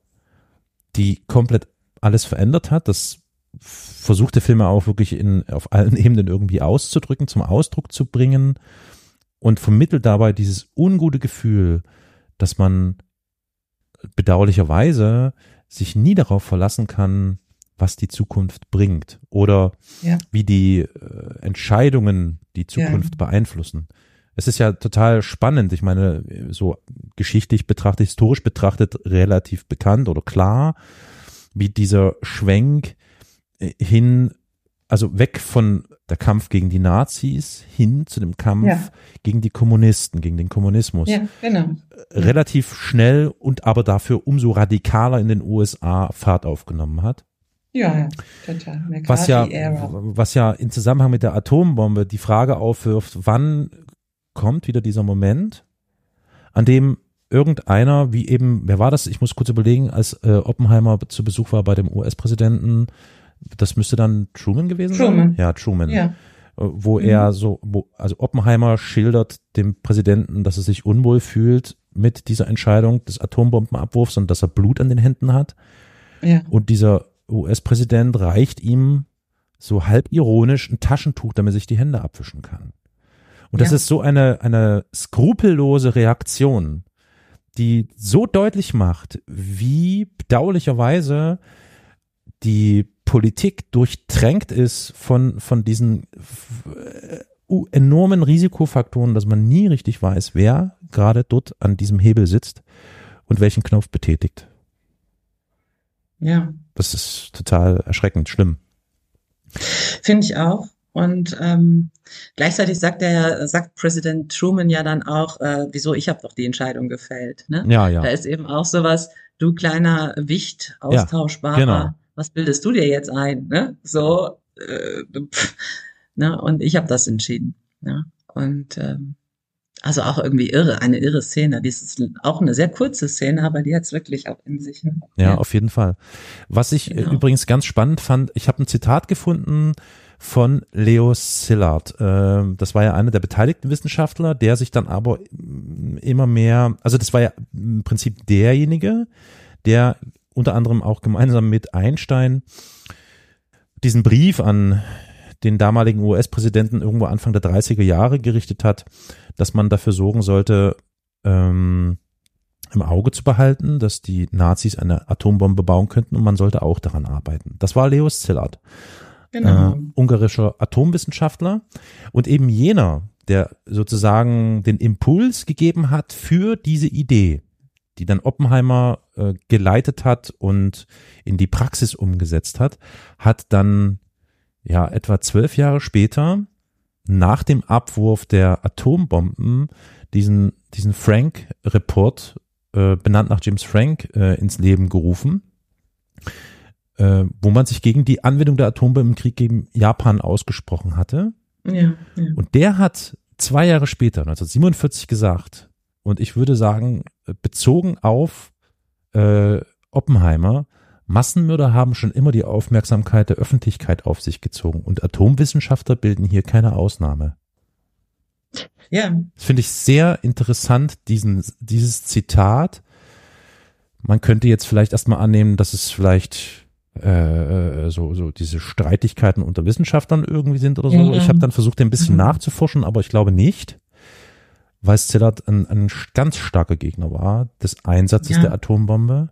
die komplett alles verändert hat. Das versucht der Film auch wirklich in, auf allen Ebenen irgendwie auszudrücken, zum Ausdruck zu bringen und vermittelt dabei dieses ungute Gefühl, dass man bedauerlicherweise sich nie darauf verlassen kann, was die Zukunft bringt oder Ja. wie die äh, Entscheidungen die Zukunft Ja. beeinflussen. Es ist ja total spannend. Ich meine, so geschichtlich betrachtet, historisch betrachtet relativ bekannt oder klar, wie dieser Schwenk hin, also weg von der Kampf gegen die Nazis hin zu dem Kampf Ja. gegen die Kommunisten, gegen den Kommunismus. Ja, genau. Relativ schnell und aber dafür umso radikaler in den U S A Fahrt aufgenommen hat. Ja, ja, total. Was ja, McCarthy-Ära. was ja in Zusammenhang mit der Atombombe die Frage aufwirft, wann kommt wieder dieser Moment, an dem irgendeiner, wie eben, wer war das? Ich muss kurz überlegen, als äh, Oppenheimer zu Besuch war bei dem U S-Präsidenten, das müsste dann Truman gewesen Truman. sein? Ja, Truman. Ja. Wo Mhm. er so, wo, also Oppenheimer schildert dem Präsidenten, dass er sich unwohl fühlt mit dieser Entscheidung des Atombombenabwurfs und dass er Blut an den Händen hat. Ja. Und dieser U S-Präsident reicht ihm so halb ironisch ein Taschentuch, damit er sich die Hände abwischen kann. Und das Ja. ist so eine, eine skrupellose Reaktion, die so deutlich macht, wie bedauerlicherweise die Politik durchtränkt ist von, von diesen äh, enormen Risikofaktoren, dass man nie richtig weiß, wer gerade dort an diesem Hebel sitzt und welchen Knopf betätigt. Ja. Das ist total erschreckend, schlimm. Finde ich auch. Und ähm, gleichzeitig sagt er ja, sagt Präsident Truman ja dann auch, äh, wieso, ich habe doch die Entscheidung gefällt. Ne? Ja, ja. Da ist eben auch sowas, du kleiner Wicht, Ja, austauschbarer, genau. was bildest du dir jetzt ein? Ne? So, äh, pff, ne? Und ich habe das entschieden. Ne? Und ähm, also auch irgendwie irre, eine irre Szene. Das ist auch eine sehr kurze Szene, aber die hat's wirklich auch in sich. Ne? Ja, Ja. auf jeden Fall. Was ich Genau. äh, übrigens ganz spannend fand, ich habe ein Zitat gefunden von Leo Szilard. Ähm, das war ja einer der beteiligten Wissenschaftler, der sich dann aber immer mehr, also das war ja im Prinzip derjenige, der unter anderem auch gemeinsam mit Einstein diesen Brief an den damaligen U S-Präsidenten irgendwo Anfang der dreißiger Jahre gerichtet hat, dass man dafür sorgen sollte, ähm, im Auge zu behalten, dass die Nazis eine Atombombe bauen könnten und man sollte auch daran arbeiten. Das war Leo Szilard. Genau. Äh, ungarischer Atomwissenschaftler und eben jener, der sozusagen den Impuls gegeben hat für diese Idee, die dann Oppenheimer äh, geleitet hat und in die Praxis umgesetzt hat, hat dann ja etwa zwölf Jahre später nach dem Abwurf der Atombomben diesen diesen Frank-Report, äh, benannt nach James Frank, äh, ins Leben gerufen, äh, wo man sich gegen die Anwendung der Atombombe im Krieg gegen Japan ausgesprochen hatte. Ja, ja. Und der hat zwei Jahre später, neunzehnhundertsiebenundvierzig, gesagt, und ich würde sagen, bezogen auf äh, Oppenheimer, Massenmörder haben schon immer die Aufmerksamkeit der Öffentlichkeit auf sich gezogen und Atomwissenschaftler bilden hier keine Ausnahme. Ja, Das finde ich sehr interessant, diesen, dieses Zitat. Man könnte jetzt vielleicht erstmal annehmen, dass es vielleicht äh, so, so diese Streitigkeiten unter Wissenschaftlern irgendwie sind oder so. Ja, ja. Ich habe dann versucht, ein bisschen Mhm. nachzuforschen, aber ich glaube nicht, weil Szilard ein, ein ganz starker Gegner war des Einsatzes Ja. der Atombombe.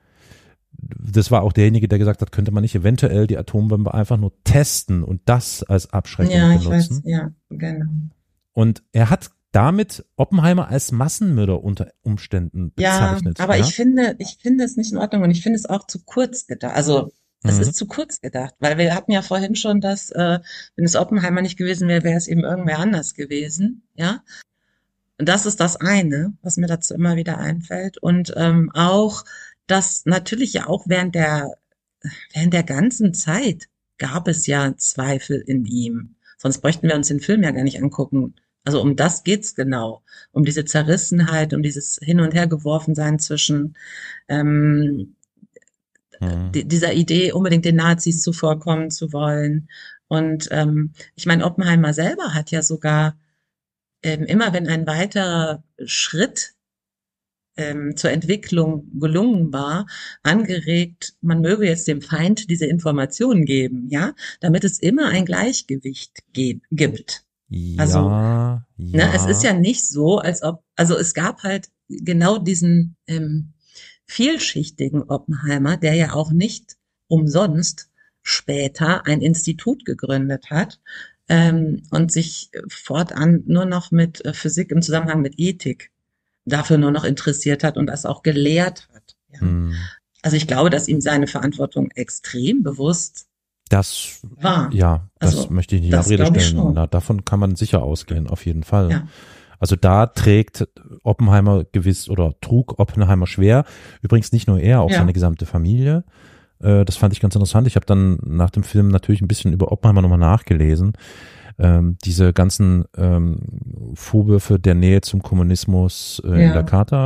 Das war auch derjenige, der gesagt hat, könnte man nicht eventuell die Atombombe einfach nur testen und das als Abschreckung ja, ich weiß, benutzen. ja, genau. Und er hat damit Oppenheimer als Massenmörder unter Umständen Ja, bezeichnet. aber ja? ich finde, ich finde es nicht in Ordnung und ich finde es auch zu kurz gedacht. Also Es Mhm. ist zu kurz gedacht, weil wir hatten ja vorhin schon das, äh, wenn es Oppenheimer nicht gewesen wäre, wäre es eben irgendwer anders gewesen, ja. Und das ist das eine, was mir dazu immer wieder einfällt. Und ähm, auch, dass natürlich ja auch während der, während der ganzen Zeit gab es ja Zweifel in ihm. Sonst bräuchten wir uns den Film ja gar nicht angucken. Also um das geht's genau. Um diese Zerrissenheit, um dieses Hin- und Hergeworfensein zwischen ähm, Mhm. die, dieser Idee, unbedingt den Nazis zuvorkommen zu wollen. Und ähm, ich meine, Oppenheimer selber hat ja sogar ähm, immer, wenn ein weiterer Schritt ähm, zur Entwicklung gelungen war, angeregt, man möge jetzt dem Feind diese Informationen geben, ja, damit es immer ein Gleichgewicht ge- gibt. Also, Ja, ne, es ist ja. ja nicht so, als ob, also es gab halt genau diesen ähm, vielschichtigen Oppenheimer, der ja auch nicht umsonst später ein Institut gegründet hat ähm, und sich fortan nur noch mit äh, Physik im Zusammenhang mit Ethik dafür nur noch interessiert hat und das auch gelehrt hat. Ja. Mhm. Also ich glaube, dass ihm seine Verantwortung extrem bewusst Das, war. ja, das Also möchte ich nicht in das Abrede glaube ich stellen. Na, schon. davon kann man sicher ausgehen, auf jeden Fall. Ja. Also da trägt Oppenheimer gewiss oder trug Oppenheimer schwer. Übrigens nicht nur er, auch Ja. seine gesamte Familie. Äh, das fand ich ganz interessant. Ich habe dann nach dem Film natürlich ein bisschen über Oppenheimer nochmal nachgelesen. Ähm, diese ganzen ähm, Vorwürfe der Nähe zum Kommunismus äh, in Ja. der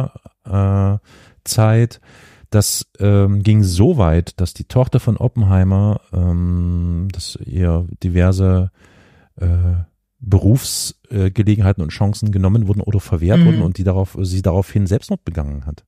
Carter-Zeit, das ähm, ging so weit, dass die Tochter von Oppenheimer, ähm, dass ihr diverse äh, Berufsgelegenheiten äh, und Chancen genommen wurden oder verwehrt Mhm. wurden und die darauf, sie daraufhin Selbstmord begangen hat.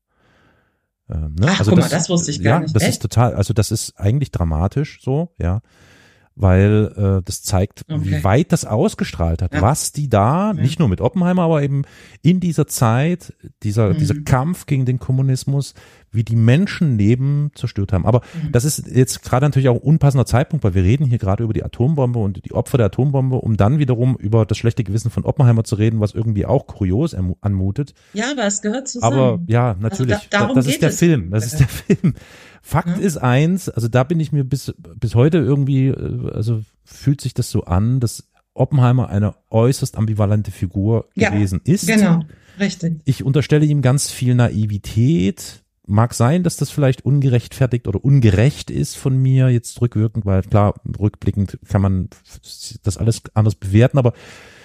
Ähm, ne? Ach, Also guck mal, das, das wusste ich ja, gar nicht. das ist Echt? total, also das ist eigentlich dramatisch so, ja, weil äh, das zeigt, wie Okay. weit das ausgestrahlt hat, Ja. was die da, Ja. nicht nur mit Oppenheimer, aber eben in dieser Zeit, dieser, dieser Mhm. Kampf gegen den Kommunismus, wie die Menschenleben zerstört haben. Aber Mhm. das ist jetzt gerade natürlich auch ein unpassender Zeitpunkt, weil wir reden hier gerade über die Atombombe und die Opfer der Atombombe, um dann wiederum über das schlechte Gewissen von Oppenheimer zu reden, was irgendwie auch kurios ermu- anmutet. Ja, aber es gehört zusammen. Aber ja, Also natürlich, da, darum da, das geht ist der es. Film, das ist der Film. Fakt Ja. ist eins, also da bin ich mir bis, bis heute irgendwie, äh, also fühlt sich das so an, dass Oppenheimer eine äußerst ambivalente Figur Ja, gewesen ist. genau, richtig. Ich unterstelle ihm ganz viel Naivität. Mag sein, dass das vielleicht ungerechtfertigt oder ungerecht ist von mir jetzt rückwirkend, weil klar, rückblickend kann man das alles anders bewerten, aber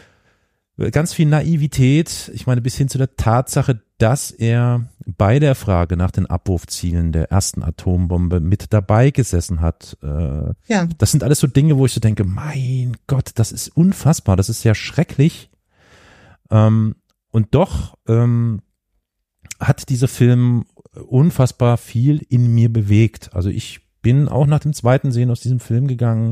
ganz viel Naivität, ich meine bis hin zu der Tatsache, dass er bei der Frage nach den Abwurfzielen der ersten Atombombe mit dabei gesessen hat. Äh, Ja, das sind alles so Dinge, wo ich so denke, mein Gott, das ist unfassbar, das ist ja schrecklich. Ähm, und doch ähm, hat dieser Film unfassbar viel in mir bewegt. Also ich bin auch nach dem zweiten Sehen aus diesem Film gegangen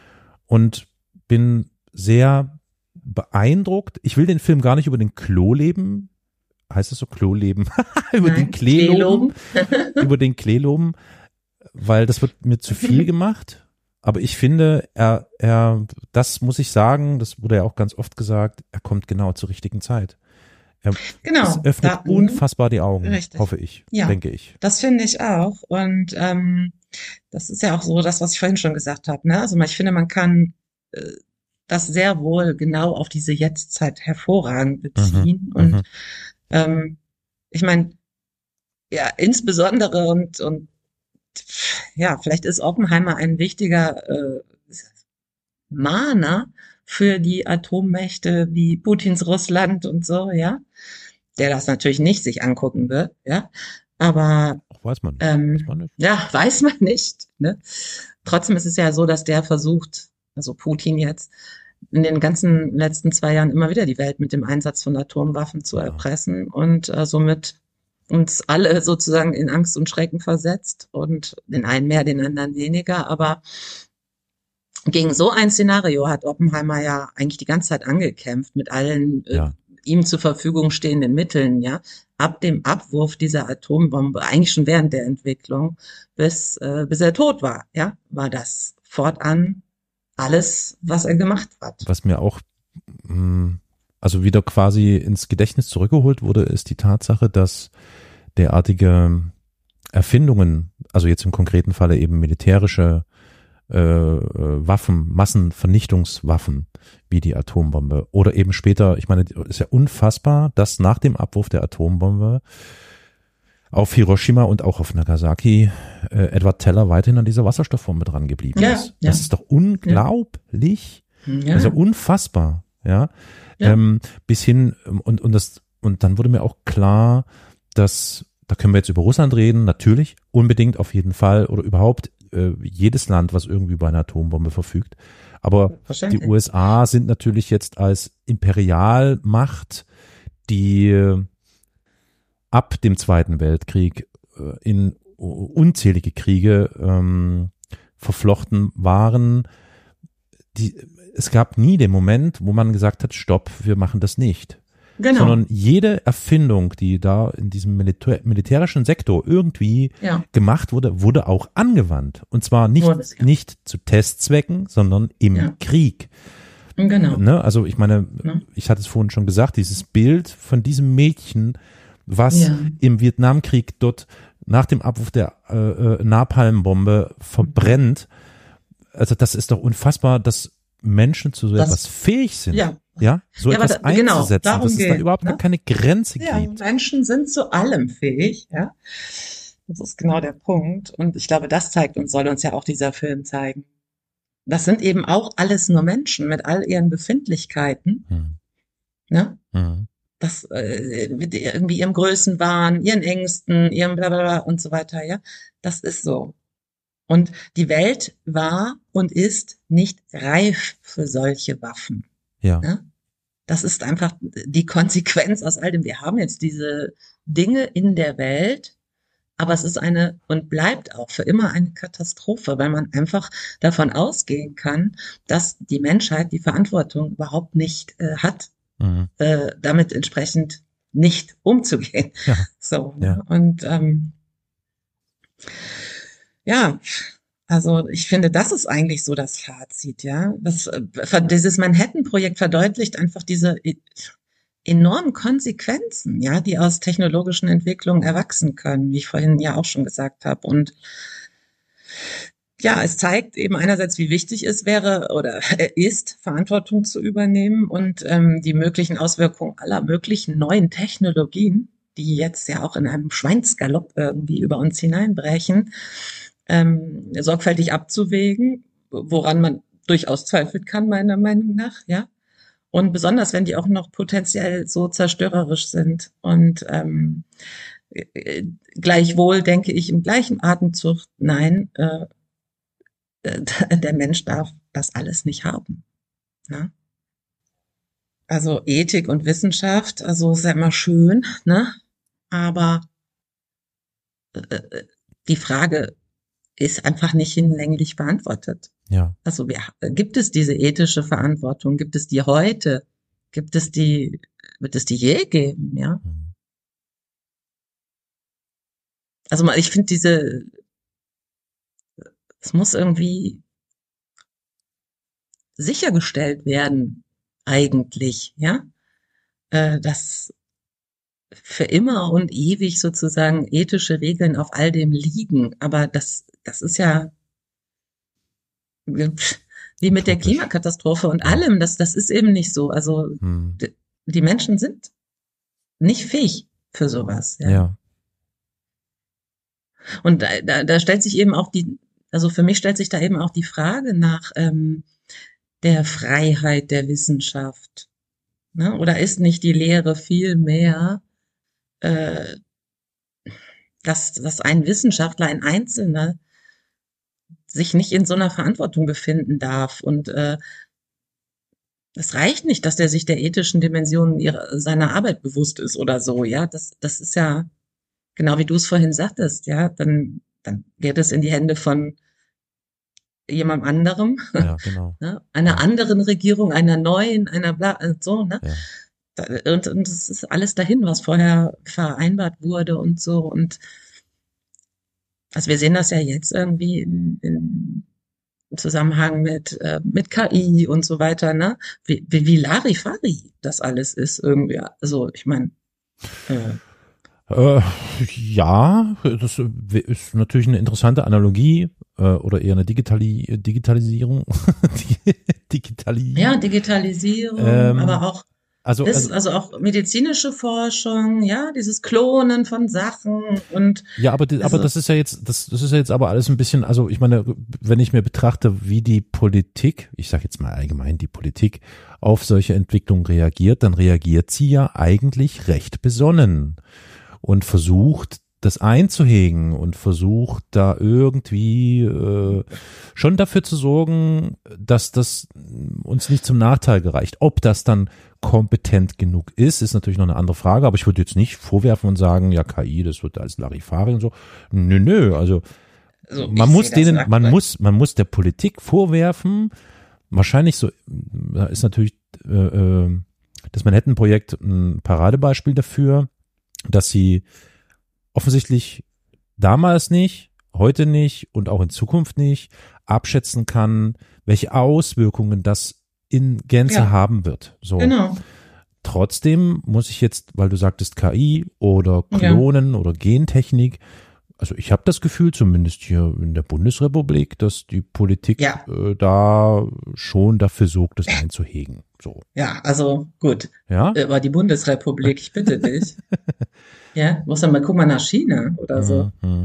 und bin sehr beeindruckt. Ich will den Film gar nicht über den Klo leben. Heißt es so Klo-Leben? über nein, den Klee loben. Kleeloben. über den Klee loben, weil das wird mir zu viel gemacht. Aber ich finde, er, er, das muss ich sagen, das wurde ja auch ganz oft gesagt, er kommt genau zur richtigen Zeit. Er, Genau. es öffnet Da, unfassbar die Augen, richtig. hoffe ich, Ja. denke ich. Das finde ich auch. Und ähm, das ist ja auch so das, was ich vorhin schon gesagt habe. Ne? Also ich finde, man kann äh, das sehr wohl genau auf diese Jetztzeit hervorragend beziehen. Mhm, Und mhm. ähm, ich meine, ja, insbesondere und, und ja, vielleicht ist Oppenheimer ein wichtiger äh, Mahner für die Atommächte wie Putins Russland und so, ja, der das natürlich nicht sich angucken wird, ja, aber Ach, weiß man nicht. ähm, Weiß man nicht. ja, weiß man nicht, ne? Trotzdem ist es ja so, dass der versucht, also Putin jetzt, in den ganzen letzten zwei Jahren immer wieder die Welt mit dem Einsatz von Atomwaffen zu Ja. erpressen und äh, somit uns alle sozusagen in Angst und Schrecken versetzt und den einen mehr, den anderen weniger, aber gegen so ein Szenario hat Oppenheimer ja eigentlich die ganze Zeit angekämpft mit allen äh, Ja. ihm zur Verfügung stehenden Mitteln, ja. Ab dem Abwurf dieser Atombombe, eigentlich schon während der Entwicklung, bis, äh, bis er tot war, ja, war das fortan alles, was er gemacht hat. Was mir auch mh, also wieder quasi ins Gedächtnis zurückgeholt wurde, ist die Tatsache, dass derartige Erfindungen, also jetzt im konkreten Falle eben militärische äh, Waffen, Massenvernichtungswaffen wie die Atombombe oder eben später, ich meine, ist ja unfassbar, dass nach dem Abwurf der Atombombe auf Hiroshima und auch auf Nagasaki äh, Edward Teller weiterhin an dieser Wasserstoffbombe dran geblieben Ja, ist. ja. Das ist doch unglaublich, Ja. also unfassbar, ja. Ja. Ähm, bis hin und und das und dann wurde mir auch klar, dass da können wir jetzt über Russland reden, natürlich, unbedingt auf jeden Fall oder überhaupt äh, jedes Land, was irgendwie über eine Atombombe verfügt. Aber die U S A sind natürlich jetzt als Imperialmacht, die äh, ab dem Zweiten Weltkrieg äh, in unzählige Kriege ähm, verflochten waren. Die, es gab nie den Moment, wo man gesagt hat, stopp, wir machen das nicht. Genau. Sondern jede Erfindung, die da in diesem Militär, militärischen Sektor irgendwie Ja. gemacht wurde, wurde auch angewandt. Und zwar nicht, Wurde es, ja. nicht zu Testzwecken, sondern im Ja. Krieg. Genau. Ne? Also ich meine, Ja. ich hatte es vorhin schon gesagt, dieses Bild von diesem Mädchen, was Ja. im Vietnamkrieg dort nach dem Abwurf der äh, äh, Napalmbombe verbrennt. Also das ist doch unfassbar, dass Menschen zu so Das- etwas fähig sind. Ja. Ja, so Ja, aber etwas da- genau, einzusetzen, darum dass es da geht, überhaupt ne? gar keine Grenze Ja, gibt. Menschen sind zu allem fähig, ja. Das ist genau der Punkt. Und ich glaube, das zeigt uns, soll uns ja auch dieser Film zeigen. Das sind eben auch alles nur Menschen mit all ihren Befindlichkeiten, Hm. ne? Hm. Das äh, mit irgendwie ihrem Größenwahn, ihren Ängsten, ihrem Blablabla und so weiter, ja. Das ist so. Und die Welt war und ist nicht reif für solche Waffen. Ja. Ne? Das ist einfach die Konsequenz aus all dem. Wir haben jetzt diese Dinge in der Welt, aber es ist eine und bleibt auch für immer eine Katastrophe, weil man einfach davon ausgehen kann, dass die Menschheit die Verantwortung überhaupt nicht äh, hat, Hm. äh, damit entsprechend nicht umzugehen. Ja. So, Ja. ne? Und ähm, ja, also ich finde, das ist eigentlich so das Fazit, ja. Das, äh, ver- dieses Manhattan-Projekt verdeutlicht einfach diese e- enormen Konsequenzen, ja, die aus technologischen Entwicklungen erwachsen können, wie ich vorhin ja auch schon gesagt habe. Und ja, es zeigt eben einerseits, wie wichtig es wäre oder äh, ist, Verantwortung zu übernehmen und ähm, die möglichen Auswirkungen aller möglichen neuen Technologien, die jetzt ja auch in einem Schweinsgalopp irgendwie über uns hineinbrechen, ähm, sorgfältig abzuwägen, woran man durchaus zweifeln kann, meiner Meinung nach, ja. Und besonders, wenn die auch noch potenziell so zerstörerisch sind. Und ähm, äh, gleichwohl denke ich im gleichen Atemzug, nein, äh, äh, der Mensch darf das alles nicht haben. Ne? Also Ethik und Wissenschaft, also ist ja immer schön, ne? Aber äh, die Frage ist einfach nicht hinlänglich beantwortet. Ja. Also wir, gibt es diese ethische Verantwortung? Gibt es die heute? Gibt es die, wird es die je geben? Ja. Hm. Also mal, ich finde diese, es muss irgendwie sichergestellt werden, eigentlich, ja, äh, dass für immer und ewig sozusagen ethische Regeln auf all dem liegen. Aber das, das ist ja wie mit der Utopisch. Klimakatastrophe und Ja. allem. Das, das ist eben nicht so. Also Hm. d- die Menschen sind nicht fähig für sowas. Ja. Ja. Und da, da, da stellt sich eben auch die, also für mich stellt sich da eben auch die Frage nach ähm, der Freiheit der Wissenschaft. Ne? Oder ist nicht die Lehre viel mehr, äh, dass, dass ein Wissenschaftler, ein Einzelner, sich nicht in so einer Verantwortung befinden darf. Und äh, es reicht nicht, dass der sich der ethischen Dimensionen ihrer, seiner Arbeit bewusst ist oder so. Ja, das, das ist ja genau wie du es vorhin sagtest. Ja, dann, dann geht es in die Hände von jemand anderem, Ja, genau. ne? Einer Ja. anderen Regierung, einer neuen, einer bla, so, ne? Ja. Da- Und, und es ist alles dahin, was vorher vereinbart wurde und so. Und also wir sehen das ja jetzt irgendwie in, in im Zusammenhang mit, äh, mit K I und so weiter, ne? Wie, wie, wie Larifari das alles ist irgendwie. Also ich meine, äh, Äh, ja, das ist natürlich eine interessante Analogie äh, oder eher eine Digitali Digitalisierung. Digitali Ja, Digitalisierung, ähm, aber auch also, das, also also auch medizinische Forschung, ja, dieses Klonen von Sachen und ja, aber die, aber also das ist ja jetzt, das, das ist ja jetzt aber alles ein bisschen, also ich meine, wenn ich mir betrachte, wie die Politik, ich sage jetzt mal allgemein die Politik, auf solche Entwicklungen reagiert, dann reagiert sie ja eigentlich recht besonnen und versucht, das einzuhegen und versucht da irgendwie äh, schon dafür zu sorgen, dass das uns nicht zum Nachteil gereicht. Ob das dann kompetent genug ist, ist natürlich noch eine andere Frage, aber ich würde jetzt nicht vorwerfen und sagen, ja, K I, das wird alles Larifari und so. Nö, nö, also so, man ich muss sehe das denen, man aktuell. muss, man muss der Politik vorwerfen, wahrscheinlich so, da ist natürlich äh, äh, das Manhattan-Projekt ein Paradebeispiel dafür, dass sie offensichtlich damals nicht, heute nicht und auch in Zukunft nicht abschätzen kann, welche Auswirkungen das in Gänze Ja, haben wird. So. genau. Trotzdem muss ich jetzt, weil du sagtest K I oder Ja, Klonen oder Gentechnik, also ich habe das Gefühl, zumindest hier in der Bundesrepublik, dass die Politik ja, äh, da schon dafür sorgt, das einzuhegen. So, ja, also gut. ja. Aber die Bundesrepublik, ich bitte dich. Ja, muss dann mal gucken, mal nach China oder so. Hm, hm.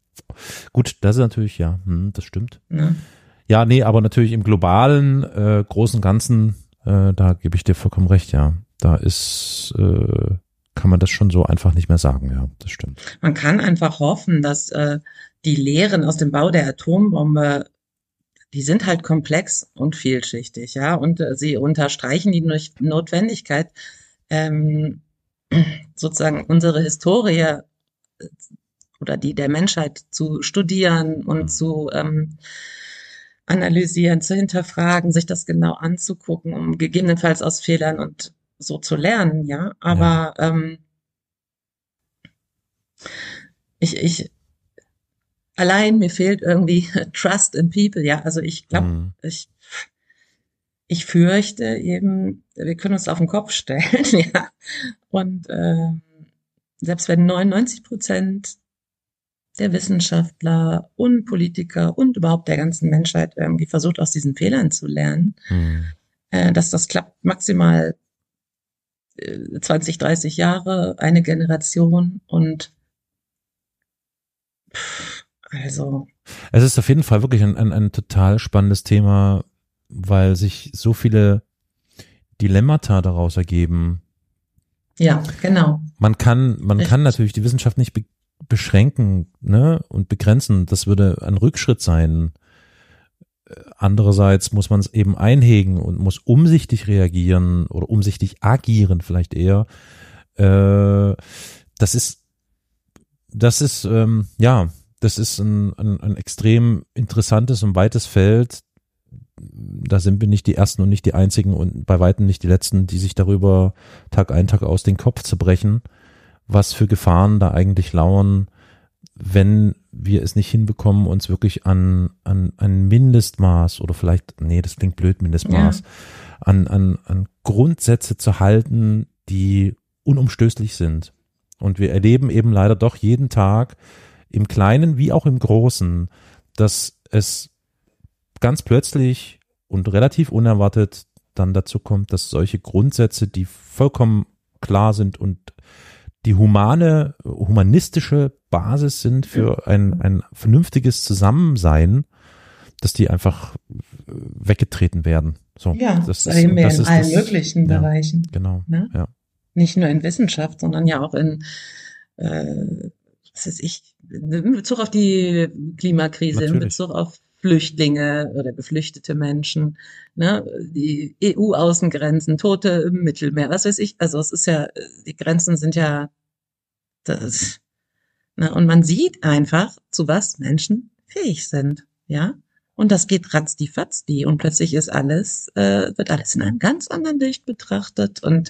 Gut, das ist natürlich, ja, hm, das stimmt. Ne? Ja, nee, aber natürlich im globalen, äh, großen Ganzen, äh, da gebe ich dir vollkommen recht, ja. Da ist, äh, kann man das schon so einfach nicht mehr sagen, ja, das stimmt. Man kann einfach hoffen, dass äh, die Lehren aus dem Bau der Atombombe, die sind halt komplex und vielschichtig, ja, und äh, sie unterstreichen die Nöch- Notwendigkeit, ähm, sozusagen unsere Historie äh, oder die der Menschheit zu studieren und zu ähm, analysieren, zu hinterfragen, sich das genau anzugucken, um gegebenenfalls aus Fehlern und so zu lernen, ja. Ja. Aber ähm, ich, ich allein mir fehlt irgendwie Trust in People, ja. Also ich glaube, Hm. ich ich fürchte eben, wir können uns auf den Kopf stellen, ja. Und ähm, selbst wenn neunundneunzig Prozent der Wissenschaftler und Politiker und überhaupt der ganzen Menschheit irgendwie versucht, aus diesen Fehlern zu lernen, Hm. äh, dass das klappt maximal äh, zwanzig, dreißig Jahre, eine Generation und also, Es ist auf jeden Fall wirklich ein, ein, ein total spannendes Thema, weil sich so viele Dilemmata daraus ergeben. ja, genau, Man kann, man kann richtig. natürlich die Wissenschaft nicht be beschränken, ne, und begrenzen. Das würde ein Rückschritt sein. Andererseits muss man es eben einhegen und muss umsichtig reagieren oder umsichtig agieren vielleicht eher. Äh, das ist, das ist, ähm, ja, das ist ein, ein, ein extrem interessantes und weites Feld. Da sind wir nicht die Ersten und nicht die Einzigen und bei weitem nicht die Letzten, die sich darüber Tag ein, Tag aus den Kopf zerbrechen, was für Gefahren da eigentlich lauern, wenn wir es nicht hinbekommen, uns wirklich an, an ein Mindestmaß oder vielleicht, nee, das klingt blöd, Mindestmaß, Ja, an, an, an Grundsätze zu halten, die unumstößlich sind. Und wir erleben eben leider doch jeden Tag im Kleinen wie auch im Großen, dass es ganz plötzlich und relativ unerwartet dann dazu kommt, dass solche Grundsätze, die vollkommen klar sind und die humane, humanistische Basis sind für ein, ein vernünftiges Zusammensein, dass die einfach weggetreten werden. So, ja, das das ist, erleben und wir das in ist allen das, möglichen ja, Bereichen, genau, ne? ja, Nicht nur in Wissenschaft, sondern ja auch in, äh, was weiß ich, in Bezug auf die Klimakrise, in natürlich, Bezug auf Flüchtlinge oder geflüchtete Menschen, ne, die E U-Außengrenzen, Tote im Mittelmeer, was weiß ich. Also es ist ja, die Grenzen sind ja, das, ne, und man sieht einfach, zu was Menschen fähig sind, ja. Und das geht ratzdi-fatzdi und plötzlich ist alles, äh, wird alles in einem ganz anderen Licht betrachtet und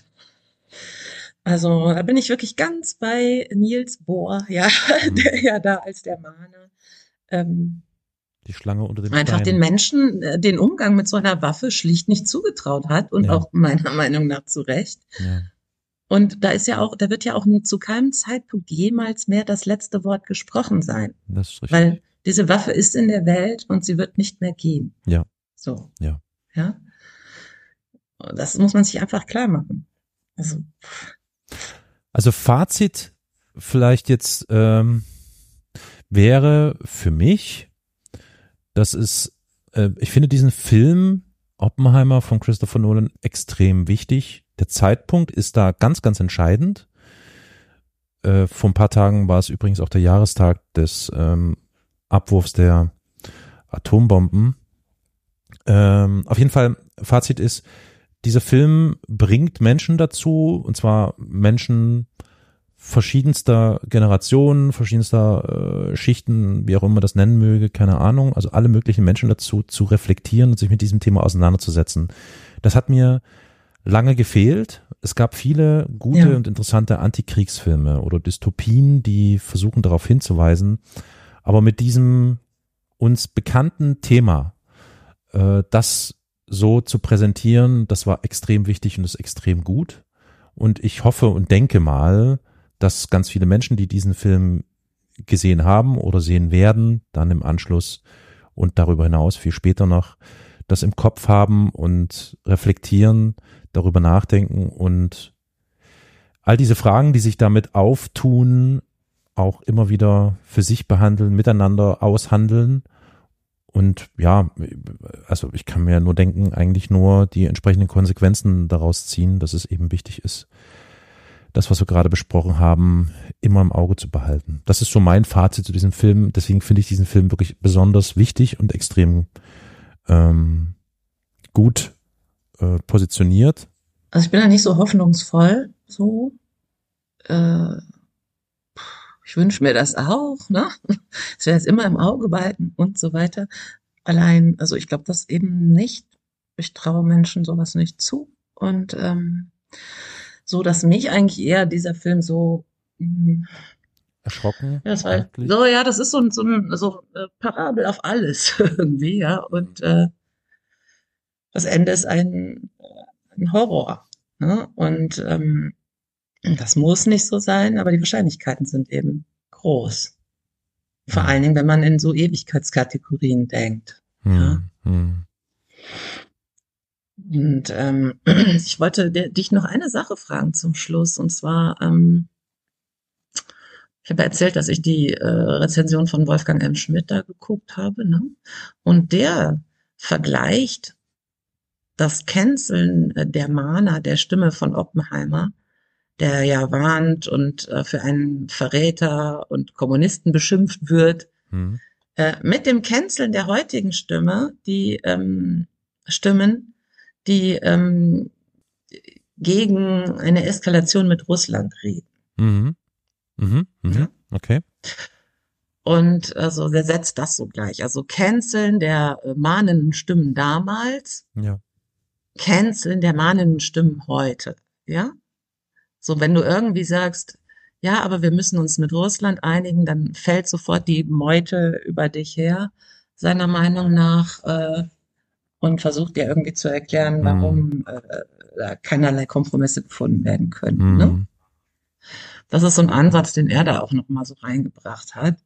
also da bin ich wirklich ganz bei Niels Bohr, ja, hm. der ja da als der Mahner ähm, Die Schlange unter dem einfach den Stein. Menschen äh, den Umgang mit so einer Waffe schlicht nicht zugetraut hat und Ja, auch meiner Meinung nach zu Recht. ja. Und da ist ja auch, da wird ja auch zu keinem Zeitpunkt jemals mehr das letzte Wort gesprochen sein. Das ist richtig. Weil diese Waffe ist in der Welt und sie wird nicht mehr gehen. Ja. So. Ja. Ja. Das muss man sich einfach klar machen. Also, also Fazit vielleicht jetzt ähm, wäre für mich, dass es, äh, ich finde diesen Film Oppenheimer von Christopher Nolan extrem wichtig. Der Zeitpunkt ist da ganz, ganz entscheidend. Äh, vor ein paar Tagen war es übrigens auch der Jahrestag des ähm, Abwurfs der Atombomben. Ähm, auf jeden Fall, Fazit ist, dieser Film bringt Menschen dazu, und zwar Menschen verschiedenster Generationen, verschiedenster äh, Schichten, wie auch immer das nennen möge, keine Ahnung, also alle möglichen Menschen dazu, zu reflektieren und sich mit diesem Thema auseinanderzusetzen. Das hat mir lange gefehlt. Es gab viele gute ja. und interessante Antikriegsfilme oder Dystopien, die versuchen darauf hinzuweisen, aber mit diesem uns bekannten Thema, äh, das so zu präsentieren, das war extrem wichtig und ist extrem gut. Und ich hoffe und denke mal, dass ganz viele Menschen, die diesen Film gesehen haben oder sehen werden, dann im Anschluss und darüber hinaus viel später noch, das im Kopf haben und reflektieren, darüber nachdenken und all diese Fragen, die sich damit auftun, auch immer wieder für sich behandeln, miteinander aushandeln. Und ja, also ich kann mir nur denken, eigentlich nur die entsprechenden Konsequenzen daraus ziehen, dass es eben wichtig ist, das, was wir gerade besprochen haben, immer im Auge zu behalten. Das ist so mein Fazit zu diesem Film. Deswegen finde ich diesen Film wirklich besonders wichtig und extrem ähm, gut äh, positioniert. Also ich bin da nicht so hoffnungsvoll, so. Äh, ich wünsche mir das auch, ne? Es wäre jetzt immer im Auge behalten und so weiter. Allein, also ich glaube das eben nicht. Ich traue Menschen sowas nicht zu. Und ähm, so, dass mich eigentlich eher dieser Film so mh, erschrocken. Ja, das war so, ja, das ist so ein so ein so äh, Parabel auf alles irgendwie, ja. Und äh, das Ende ist ein, ein Horror, ne? Und ähm, das muss nicht so sein, aber die Wahrscheinlichkeiten sind eben groß. Vor allen Dingen, wenn man in so Ewigkeitskategorien denkt. Hm, ja. Hm. Und ähm, ich wollte dich noch eine Sache fragen zum Schluss. Und zwar, ähm, ich habe erzählt, dass ich die äh, Rezension von Wolfgang M. Schmidt da geguckt habe, ne? Und der vergleicht das Canceln der Mahner, der Stimme von Oppenheimer, der ja warnt und äh, für einen Verräter und Kommunisten beschimpft wird, Hm. äh, mit dem Canceln der heutigen Stimme, die ähm, Stimmen, die ähm, gegen eine Eskalation mit Russland reden. Mhm. Mhm. Mhm. Ja. Okay. Und also der setzt das so gleich. Also Canceln der äh, mahnenden Stimmen damals, Ja. Canceln der mahnenden Stimmen heute. Ja? So, wenn du irgendwie sagst, ja, aber wir müssen uns mit Russland einigen, dann fällt sofort die Meute über dich her, seiner Meinung nach, äh, und versucht dir irgendwie zu erklären, warum äh, da keinerlei Kompromisse gefunden werden können. Mhm. Ne? Das ist so ein Ansatz, den er da auch noch mal so reingebracht hat.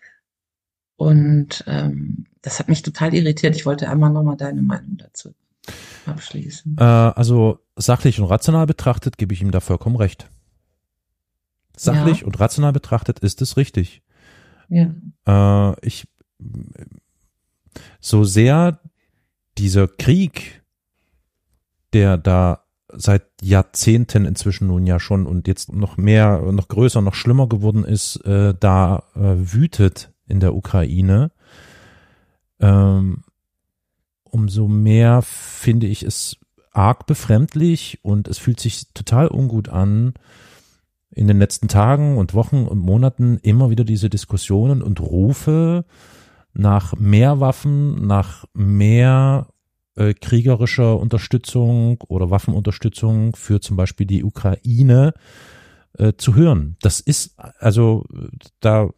Und ähm, das hat mich total irritiert. Ich wollte einmal noch mal deine Meinung dazu abschließen. Äh, also sachlich und rational betrachtet gebe ich ihm da vollkommen recht. Sachlich Ja. und rational betrachtet ist es richtig. Ja. Äh, ich so sehr dieser Krieg, der da seit Jahrzehnten inzwischen nun ja schon und jetzt noch mehr, noch größer, noch schlimmer geworden ist, äh, da äh, wütet in der Ukraine, ähm, umso mehr finde ich es arg befremdlich und es fühlt sich total ungut an, in den letzten Tagen und Wochen und Monaten immer wieder diese Diskussionen und Rufe nach mehr Waffen, nach mehr äh, kriegerischer Unterstützung oder Waffenunterstützung für zum Beispiel die Ukraine äh, zu hören. Das ist, also da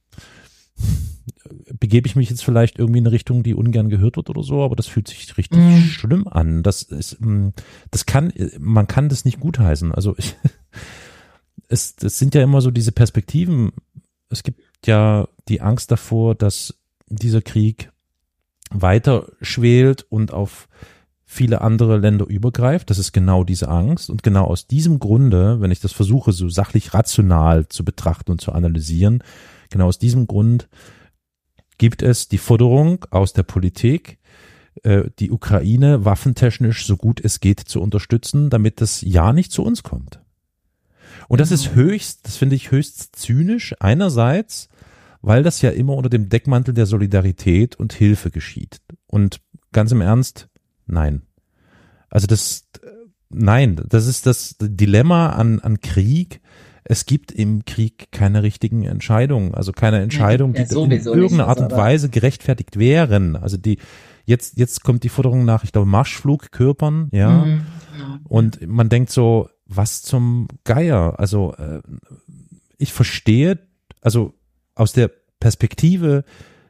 begebe ich mich jetzt vielleicht irgendwie in eine Richtung, die ungern gehört wird oder so, aber das fühlt sich richtig Mhm. schlimm an. Das ist, das kann, man kann das nicht gutheißen. Also ich, es, es sind ja immer so diese Perspektiven. Es gibt ja die Angst davor, dass dieser Krieg weiter schwelt und auf viele andere Länder übergreift. Das ist genau diese Angst. Und genau aus diesem Grunde, wenn ich das versuche, so sachlich rational zu betrachten und zu analysieren, genau aus diesem Grund gibt es die Forderung aus der Politik, äh, die Ukraine waffentechnisch so gut es geht zu unterstützen, damit das ja nicht zu uns kommt. Und das ist höchst, das finde ich höchst zynisch. Einerseits, weil das ja immer unter dem Deckmantel der Solidarität und Hilfe geschieht. Und ganz im Ernst, nein. Also das, nein, das ist das Dilemma an, an Krieg. Es gibt im Krieg keine richtigen Entscheidungen, also keine Entscheidungen, ja, die in nicht, irgendeiner Art und aber Weise gerechtfertigt wären. Also die, jetzt, jetzt kommt die Forderung nach, ich glaube, Marschflugkörpern, ja. Mhm. Und man denkt so, was zum Geier? Also, äh, ich verstehe, also aus der Perspektive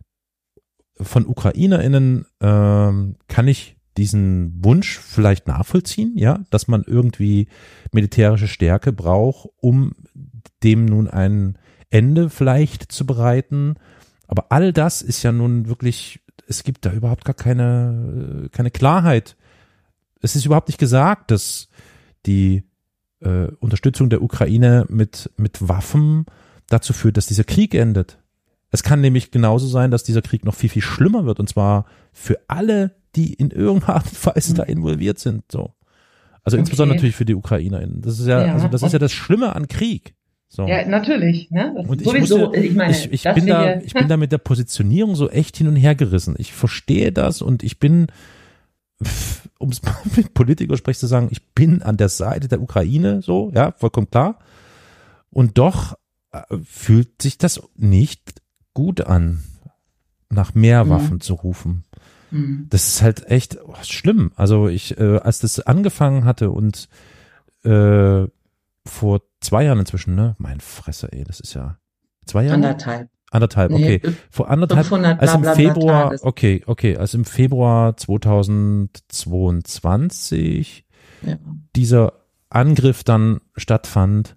von UkrainerInnen ähm, kann ich diesen Wunsch vielleicht nachvollziehen, ja, dass man irgendwie militärische Stärke braucht, um dem nun ein Ende vielleicht zu bereiten. Aber all das ist ja nun wirklich, es gibt da überhaupt gar keine, keine Klarheit. Es ist überhaupt nicht gesagt, dass die äh, Unterstützung der Ukraine mit, mit Waffen dazu führt, dass dieser Krieg endet. Es kann nämlich genauso sein, dass dieser Krieg noch viel, viel schlimmer wird, und zwar für alle, die in irgendeiner Art und Weise da involviert sind. So. Also okay. Insbesondere natürlich für die UkrainerInnen. Das ist ja, ja also das ist ja das Schlimme an Krieg. So. Ja, natürlich. Ne? Das und ich, sowieso, musste, ich, meine, ich, ich bin da, ich bin da mit der Positionierung so echt hin und her gerissen. Ich verstehe das und ich bin, um es mal mit Politikersprech zu sagen, ich bin an der Seite der Ukraine, so, ja, vollkommen klar. Und doch äh, fühlt sich das nicht gut an, nach mehr mhm. Waffen zu rufen. Mhm. Das ist halt echt oh, schlimm. Also ich, äh, als das angefangen hatte und äh, vor zwei Jahren inzwischen, ne? Mein Fresse, ey, das ist ja zwei Jahre? Anderthalb. Anderthalb, okay. Nee, vor anderthalb, als im Februar, okay, okay, als im Februar zweitausendzweiundzwanzig ja. dieser Angriff dann stattfand,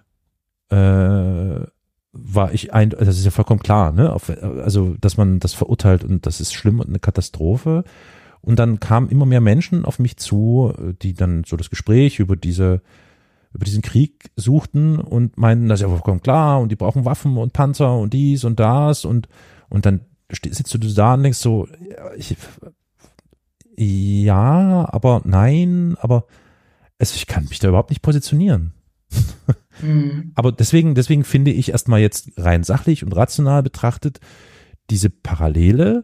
äh, war ich ein, das ist ja vollkommen klar, ne, auf, also, dass man das verurteilt und das ist schlimm und eine Katastrophe. Und dann kamen immer mehr Menschen auf mich zu, die dann so das Gespräch über diese über diesen Krieg suchten und meinten, das ist ja vollkommen klar und die brauchen Waffen und Panzer und dies und das und und dann sitzt du da und denkst so, ich, ja, aber nein, aber es, ich kann mich da überhaupt nicht positionieren. Mhm. Aber deswegen, deswegen finde ich erstmal jetzt rein sachlich und rational betrachtet diese Parallele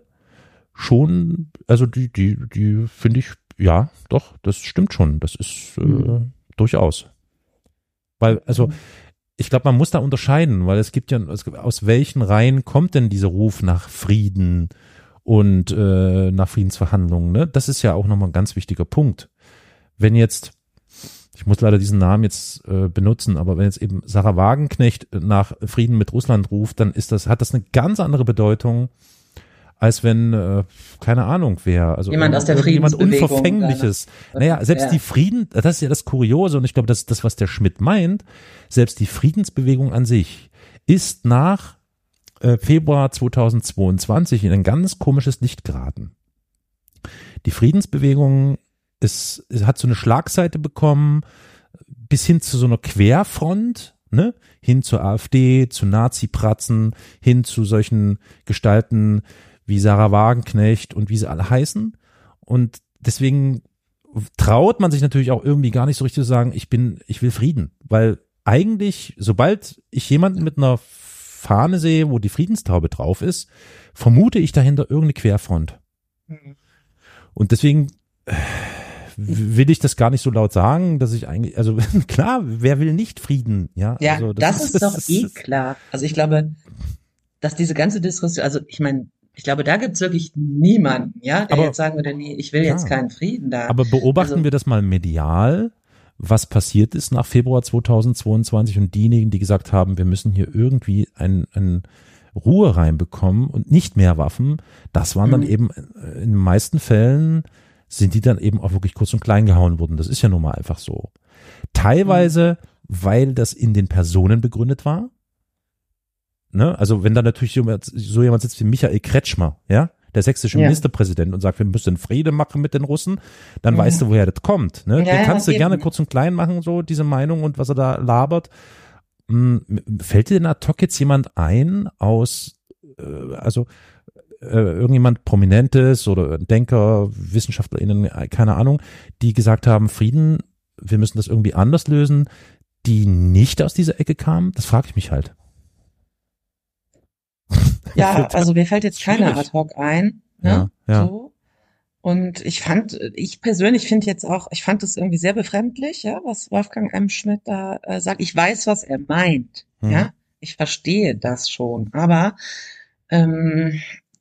schon, also die, die, die finde ich, ja, doch, das stimmt schon, das ist mhm. äh, durchaus. Weil, also, ich glaube, man muss da unterscheiden, weil es gibt ja, aus welchen Reihen kommt denn dieser Ruf nach Frieden und äh, nach Friedensverhandlungen, ne? Das ist ja auch nochmal ein ganz wichtiger Punkt. Wenn jetzt, ich muss leider diesen Namen jetzt äh, benutzen, aber wenn jetzt eben Sarah Wagenknecht nach Frieden mit Russland ruft, dann ist das, hat das eine ganz andere Bedeutung, als wenn, äh, keine Ahnung wer, also jemand aus der Friedensbewegung. Jemand Unverfängliches. Dann. Naja, selbst ja. die Frieden, das ist ja das Kuriose und ich glaube, das ist das, was der Schmidt meint, selbst die Friedensbewegung an sich ist nach äh, Februar zweitausendzweiundzwanzig in ein ganz komisches Licht geraten. Die Friedensbewegung ist, hat so eine Schlagseite bekommen, bis hin zu so einer Querfront, ne, hin zur AfD, zu Nazi-Pratzen, hin zu solchen Gestalten wie Sarah Wagenknecht und wie sie alle heißen. Und deswegen traut man sich natürlich auch irgendwie gar nicht so richtig zu sagen, ich bin, ich will Frieden. Weil eigentlich, sobald ich jemanden mit einer Fahne sehe, wo die Friedenstaube drauf ist, vermute ich dahinter irgendeine Querfront. Mhm. Und deswegen äh, will ich das gar nicht so laut sagen, dass ich eigentlich, also klar, wer will nicht Frieden? Ja, ja also das, das ist, ist doch das eh ist, klar. Also ich glaube, dass diese ganze Diskussion, also ich meine, ich glaube, da gibt's wirklich niemanden, ja, der aber, jetzt sagen würde, nee, ich will ja, jetzt keinen Frieden da. Aber beobachten also, wir das mal medial, was passiert ist nach Februar zweitausendzweiundzwanzig und diejenigen, die gesagt haben, wir müssen hier irgendwie ein, ein Ruhe reinbekommen und nicht mehr Waffen, das waren dann mhm. eben in den meisten Fällen sind die dann eben auch wirklich kurz und klein gehauen worden. Das ist ja nun mal einfach so. Teilweise mhm. weil das in den Personen begründet war. Ne? Also wenn da natürlich so jemand sitzt wie Michael Kretschmer, ja, der sächsische ja. Ministerpräsident und sagt, wir müssen Friede machen mit den Russen, dann ja. weißt du, woher das kommt. Ne? Ja, den kannst du gerne kurz und klein machen, so diese Meinung und was er da labert. Fällt dir denn ad hoc jetzt jemand ein aus, äh, also äh, irgendjemand Prominentes oder Denker, WissenschaftlerInnen, keine Ahnung, die gesagt haben, Frieden, wir müssen das irgendwie anders lösen, die nicht aus dieser Ecke kamen? Das frage ich mich halt. Ja, also mir fällt jetzt keiner ad hoc ein. Ne? Ja, ja. So. Und ich fand, ich persönlich finde jetzt auch, ich fand es irgendwie sehr befremdlich, ja, was Wolfgang M. Schmidt da äh, sagt. Ich weiß, was er meint, mhm. ja, ich verstehe das schon, aber ähm,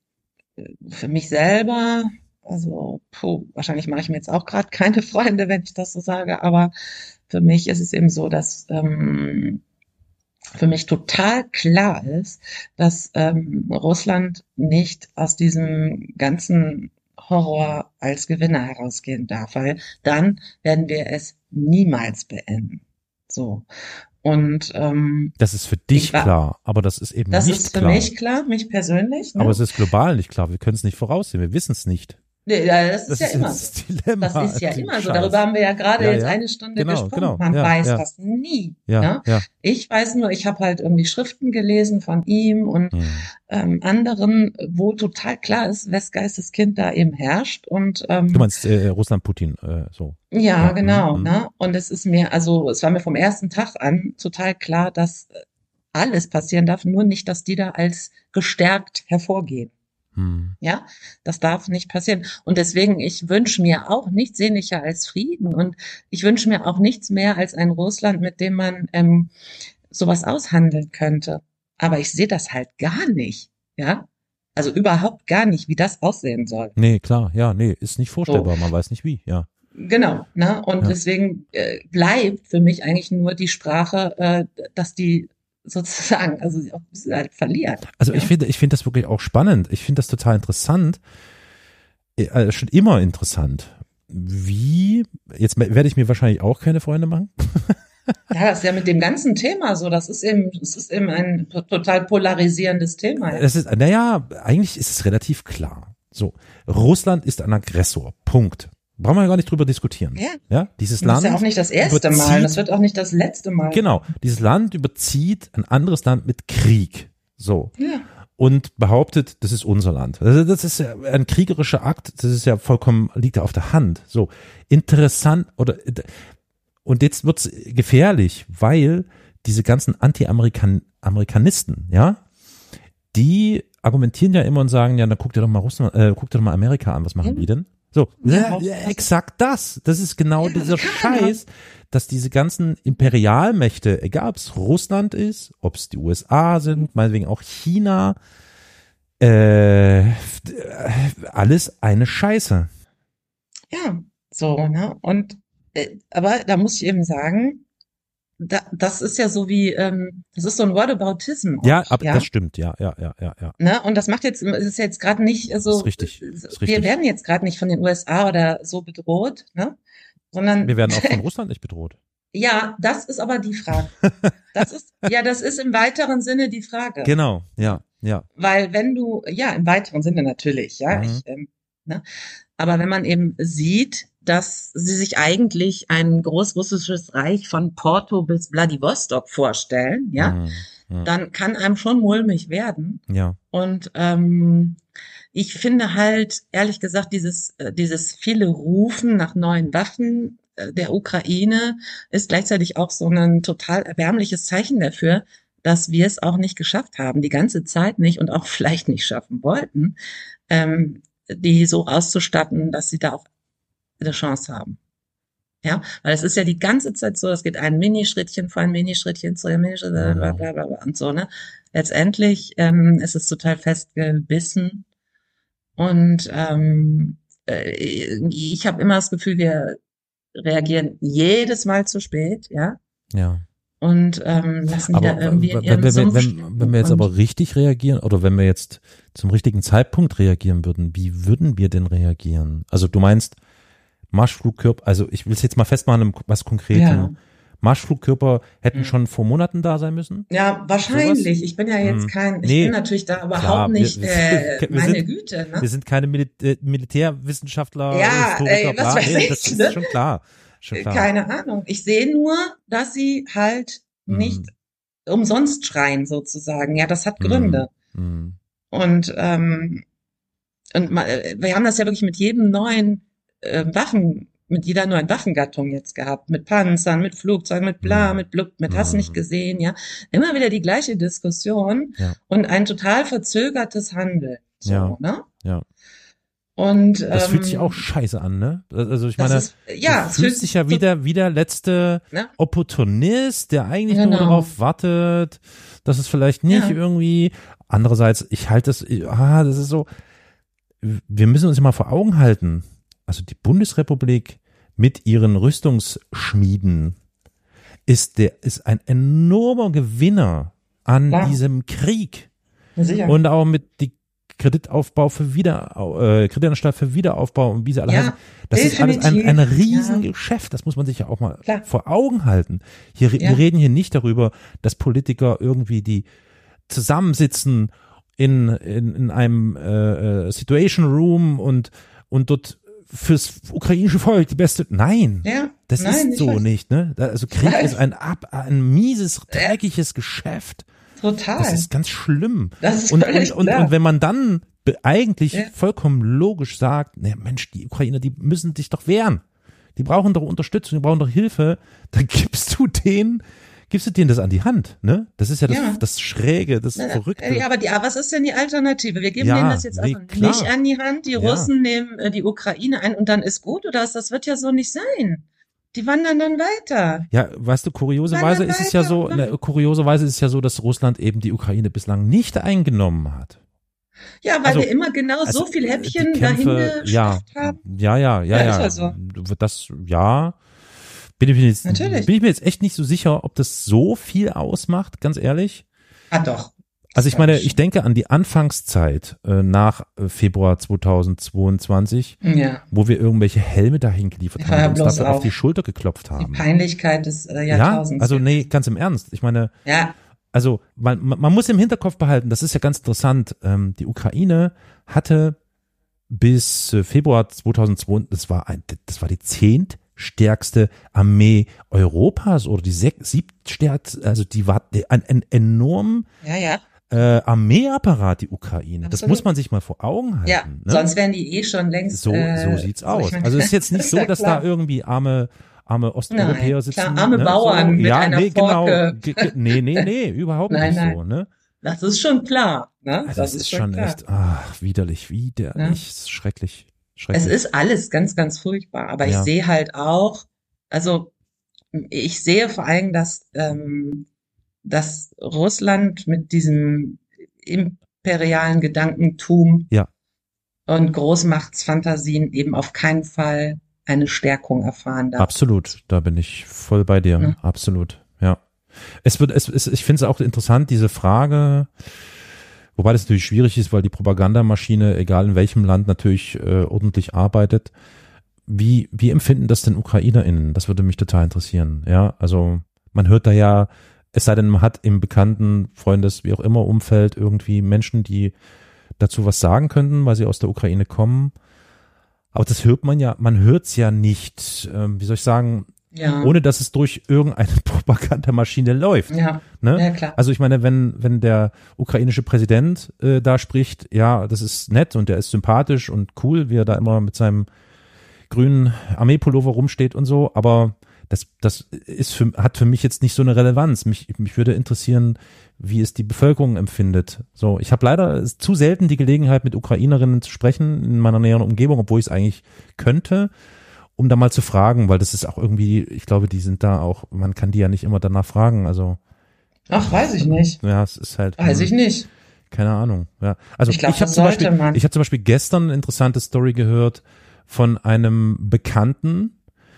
für mich selber, also puh, wahrscheinlich mache ich mir jetzt auch gerade keine Freunde, wenn ich das so sage, aber für mich ist es eben so, dass ähm, für mich total klar ist, dass ähm, Russland nicht aus diesem ganzen Horror als Gewinner herausgehen darf, weil dann werden wir es niemals beenden. So. Und ähm, das ist für dich war, klar, aber das ist eben das nicht ist für klar. mich klar, mich persönlich. Ne? Aber es ist global nicht klar. Wir können es nicht voraussehen. Wir wissen es nicht. Nee, das ist das ja ist immer das so. Dilemma, das ist ja immer Scheiß. so. Darüber haben wir ja gerade ja, jetzt ja. eine Stunde genau, gesprochen. Genau. Man ja, weiß ja. das nie. Ja, ne? ja. Ich weiß nur, ich habe halt irgendwie Schriften gelesen von ihm und hm. ähm, anderen, wo total klar ist, wes Geisteskind da eben herrscht. Und ähm, du meinst äh, Russland, Putin, äh, so. Ja, ja, genau. Mhm. Ne? Und es ist mir, also es war mir vom ersten Tag an total klar, dass alles passieren darf, nur nicht, dass die da als gestärkt hervorgehen. Hm. Ja, das darf nicht passieren. Und deswegen, ich wünsche mir auch nichts sehnlicher als Frieden. Und ich wünsche mir auch nichts mehr als ein Russland, mit dem man ähm, sowas aushandeln könnte. Aber ich sehe das halt gar nicht. Ja, also überhaupt gar nicht, wie das aussehen soll. Nee, klar, ja, nee, ist nicht vorstellbar. So. Man weiß nicht wie, ja. Genau, ne? Und ja. deswegen äh, bleibt für mich eigentlich nur die Sprache, äh, dass die sozusagen, also auch ein bisschen halt verlieren. Also ja. ich finde, ich finde das wirklich auch spannend. Ich finde das total interessant, äh, schon immer interessant. Wie, jetzt werde ich mir wahrscheinlich auch keine Freunde machen. Ja, das ist ja mit dem ganzen Thema so. Das ist eben, das ist eben ein total polarisierendes Thema. Ja. Das ist, naja, eigentlich ist es relativ klar. So, Russland ist ein Aggressor. Punkt. Brauchen wir ja gar nicht drüber diskutieren. Ja. ja dieses das Land. ist ja auch nicht das erste überzieht, Mal. Das wird auch nicht das letzte Mal. Genau. Dieses Land überzieht ein anderes Land mit Krieg. So. Ja. Und behauptet, das ist unser Land. Also das ist ja ein kriegerischer Akt. Das ist ja vollkommen, liegt ja auf der Hand. So. Interessant oder, und jetzt wird's gefährlich, weil diese ganzen Anti-Amerikanisten, ja, die argumentieren ja immer und sagen, ja, dann guck dir doch mal Russland, äh, guck dir doch mal Amerika an. Was machen ja. die denn? So, ja, ja, exakt das. Das ist genau ja, dieser Scheiß, dass diese ganzen Imperialmächte, egal ob es Russland ist, ob es die U S A sind, meinetwegen auch China, äh, alles eine Scheiße. Ja, so, ne? Und äh, aber da muss ich eben sagen, da, das ist ja so wie, ähm, das ist so ein Whataboutism. Ja, aber ja? das stimmt, ja, ja, ja, ja, ja. Ne? Und das macht jetzt, ist jetzt gerade nicht so. Das ist richtig. Das ist richtig. Wir werden jetzt gerade nicht von den U S A oder so bedroht, ne? Sondern wir werden auch von Russland nicht bedroht. Ja, das ist aber die Frage. Das ist, ja, das ist im weiteren Sinne die Frage. Genau, ja, ja. Weil wenn du, ja, im weiteren Sinne natürlich, ja, Mhm. ich, ähm, ne? Aber wenn man eben sieht, dass sie sich eigentlich ein großrussisches Reich von Porto bis Wladiwostok vorstellen, ja, Mhm. Mhm. dann kann einem schon mulmig werden. Ja. Und ähm, ich finde halt, ehrlich gesagt, dieses, äh, dieses viele Rufen nach neuen Waffen äh, der Ukraine ist gleichzeitig auch so ein total erbärmliches Zeichen dafür, dass wir es auch nicht geschafft haben, die ganze Zeit nicht und auch vielleicht nicht schaffen wollten, ähm, die so auszustatten, dass sie da auch eine Chance haben. Ja, weil es ist ja die ganze Zeit so, es geht ein Minischrittchen vor ein Minischrittchen zu einem Minischrittchen, bla, bla, bla, bla, und so, ne. Letztendlich ähm, ist es total festgebissen und ähm, äh, ich habe immer das Gefühl, wir reagieren jedes Mal zu spät, ja. Ja. Und ähm, lassen die aber da irgendwie in wenn, ihrem wenn, Sumpf wenn, wenn, wenn wir jetzt aber richtig reagieren oder wenn wir jetzt zum richtigen Zeitpunkt reagieren würden, wie würden wir denn reagieren? Also du meinst Marschflugkörper, also ich will es jetzt mal festmachen, was Konkretem. Ja. Marschflugkörper hätten Hm. schon vor Monaten da sein müssen. Ja, wahrscheinlich. Sowas? Ich bin ja jetzt Hm. kein, ich Nee, bin natürlich da überhaupt klar, wir- nicht, wir- äh, wir meine sind- Güte, ne? Wir sind keine Mil äh, Militärwissenschaftler, Ja, Historiker, ey, was bla. weiß Nee, ich, das ist ne? schon klar. Schon klar. Keine Ahnung. Ich sehe nur, dass sie halt Hm. nicht umsonst schreien, sozusagen. Ja, das hat Gründe. Hm. Und, ähm, und ma- äh, wir haben das ja wirklich mit jedem neuen äh, Waffen, mit jeder neuen Waffengattung jetzt gehabt. Mit Panzern, mit Flugzeugen, mit bla, Hm. mit blub, mit hast du nicht Hm. gesehen, ja. Immer wieder die gleiche Diskussion Ja. und ein total verzögertes Handeln. So, Ja. ne? Ja. Und, Das ähm, fühlt sich auch scheiße an, ne? Also ich das meine, ist, ja, du es fühlst dich ja so- wieder wie der letzte ne? Opportunist, der eigentlich nur Genau. darauf wartet, dass es vielleicht nicht Ja. irgendwie. Andererseits, ich halte das, ah, das ist so, wir müssen uns mal vor Augen halten. Also die Bundesrepublik mit ihren Rüstungsschmieden ist der, ist ein enormer Gewinner an Klar. diesem Krieg. Ja, sicher. Und auch mit die Kreditaufbau für Wieder, äh, Kreditanstalt für Wiederaufbau und wie sie alle Ja, heißen. Das ist alles ein, definitiv. ein Riesengeschäft. Das muss man sich ja auch mal Klar. vor Augen halten. Hier, Ja. wir reden hier nicht darüber, dass Politiker irgendwie die zusammensitzen in, in, in einem äh, äh, Situation Room und, und dort fürs ukrainische Volk die beste. Nein. Ja, Das nein, ist ich so weiß. nicht, ne? Da- Also Krieg weiß. ist ein ab, ein mieses, dreckiges Geschäft. Total. Das ist ganz schlimm. Das ist und, völlig und, und, klar. und wenn man dann be- eigentlich Ja. vollkommen logisch sagt, ne Mensch, die Ukrainer, die müssen sich doch wehren. Die brauchen doch Unterstützung, die brauchen doch Hilfe, dann gibst du denen, gibst du denen das an die Hand, ne? Das ist ja das, Ja. das Schräge, das Na, Verrückte. äh, Ja, aber die, aber was ist denn die Alternative? Wir geben Ja, denen das jetzt nee, einfach klar. nicht an die Hand. Die Ja. Russen nehmen äh, die Ukraine ein und dann ist gut, oder was? Das wird ja so nicht sein. Die wandern dann weiter. Ja, weißt du, kurioserweise Wandern ist es ja weiter, so, ne? ne, kurioserweise ist es ja so, dass Russland eben die Ukraine bislang nicht eingenommen hat. Ja, weil Also, wir immer genau Also, so viel äh, Häppchen die dahin Kämpfe, ja, geschafft haben. ja, ja, ja, Ja, ja. ist ja so. Das, ja. Bin ich mir jetzt, Natürlich. bin ich mir jetzt echt nicht so sicher, ob das so viel ausmacht, ganz ehrlich. Ah, doch. Also ich meine, ich denke an die Anfangszeit äh, nach äh, Februar zweitausendzweiundzwanzig, Ja, wo wir irgendwelche Helme dahin geliefert Ja, haben und uns bloß dafür auf auf. die Schulter geklopft die haben. Peinlichkeit des äh, Ja, Jahrtausends. also nee, ganz im Ernst. Ich meine, Ja, also man, man muss im Hinterkopf behalten, das ist ja ganz interessant, ähm, die Ukraine hatte bis äh, Februar zweitausendzwei, das war ein, das war die zehntstärkste Armee Europas oder die sech- siebtstärkste, also die war ein, ein enorm ja, ja. äh, Armeeapparat, die Ukraine. Das Absolut. muss man sich mal vor Augen halten. Ja, ne? sonst wären die eh schon längst. So, äh, so sieht's ich aus. meine, Also es ist jetzt nicht ist so, ja dass klar. da irgendwie arme arme Osteuropäer Nein, sitzen. klar, arme ne? Bauern so, mit ja, einer nee, genau. Forke. Ge- ge- Nee, nee, nee, überhaupt Nein, nicht nein. so, ne? Das ist schon klar. Ne? Also das, ist schon klar. echt, ach, widerlich, widerlich, Ja. es ist schrecklich, schrecklich. Es ist alles ganz, ganz furchtbar. Aber ich Ja. sehe halt auch, also ich sehe vor allem, dass, ähm, dass Russland mit diesem imperialen Gedankentum Ja. und Großmachtsfantasien eben auf keinen Fall eine Stärkung erfahren darf. Absolut, da bin ich voll bei dir, Ja. absolut, ja. Es wird, es, es ich finde es auch interessant, diese Frage, wobei das natürlich schwierig ist, weil die Propagandamaschine, egal in welchem Land, natürlich äh, ordentlich arbeitet. Wie, wie empfinden das denn UkrainerInnen? Das würde mich total interessieren, ja. Also man hört da ja, es sei denn, man hat im bekannten Freundes, wie auch immer, Umfeld irgendwie Menschen, die dazu was sagen könnten, weil sie aus der Ukraine kommen. Aber das hört man ja, man hört's ja nicht, ähm, wie soll ich sagen, Ja, ohne dass es durch irgendeine Propagandamaschine läuft. ja, Ne? ja, klar. Also ich meine, wenn wenn der ukrainische Präsident äh, da spricht, ja, das ist nett und der ist sympathisch und cool, wie er da immer mit seinem grünen Armeepullover rumsteht und so, aber das das ist für, hat für mich jetzt nicht so eine Relevanz. Mich mich würde interessieren, wie es die Bevölkerung empfindet. So, ich habe leider zu selten die Gelegenheit, mit Ukrainerinnen zu sprechen in meiner näheren Umgebung, obwohl ich es eigentlich könnte, um da mal zu fragen, weil das ist auch irgendwie, ich glaube, die sind da auch, man kann die ja nicht immer danach fragen, also Ach, weiß ich nicht. ja, es ist halt, Weiß hm, ich nicht. keine Ahnung, ja. Also Ich ich, glaub, ich habe das zum sollte Beispiel, man. ich habe zum Beispiel gestern eine interessante Story gehört von einem Bekannten,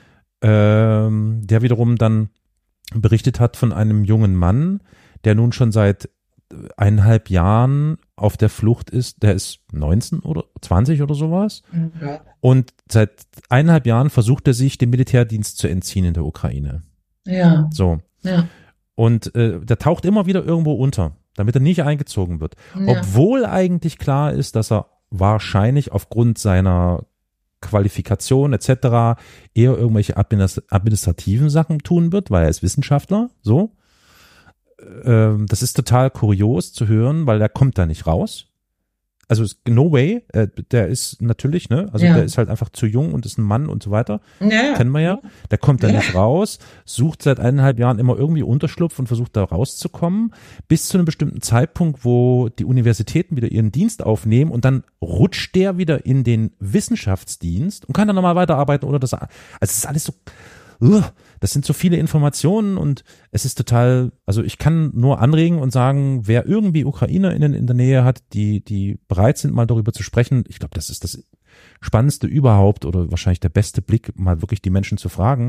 ähm, der wiederum dann berichtet hat von einem jungen Mann, der nun schon seit eineinhalb Jahren auf der Flucht ist, der ist neunzehn oder zwanzig oder sowas. Ja. Und seit eineinhalb Jahren versucht er sich dem Militärdienst zu entziehen in der Ukraine. Ja. So. Ja. Und äh, der taucht immer wieder irgendwo unter, damit er nicht eingezogen wird. Ja. Obwohl eigentlich klar ist, dass er wahrscheinlich aufgrund seiner Qualifikation et cetera eher irgendwelche administrativen Sachen tun wird, weil er ist Wissenschaftler, so. Ähm, das ist total kurios zu hören, weil der kommt da nicht raus. Also no way, äh, der ist natürlich, ne, also Ja. der ist halt einfach zu jung und ist ein Mann und so weiter. Ja, ja. Kennen wir ja. Der kommt da Ja. nicht raus, sucht seit eineinhalb Jahren immer irgendwie Unterschlupf und versucht da rauszukommen, bis zu einem bestimmten Zeitpunkt, wo die Universitäten wieder ihren Dienst aufnehmen und dann rutscht der wieder in den Wissenschaftsdienst und kann dann nochmal weiterarbeiten oder das. Also es ist alles so, uh, das sind so viele Informationen und es ist total, also ich kann nur anregen und sagen, wer irgendwie UkrainerInnen in der Nähe hat, die, die bereit sind, mal darüber zu sprechen, ich glaube, das ist das Spannendste überhaupt oder wahrscheinlich der beste Blick, mal wirklich die Menschen zu fragen,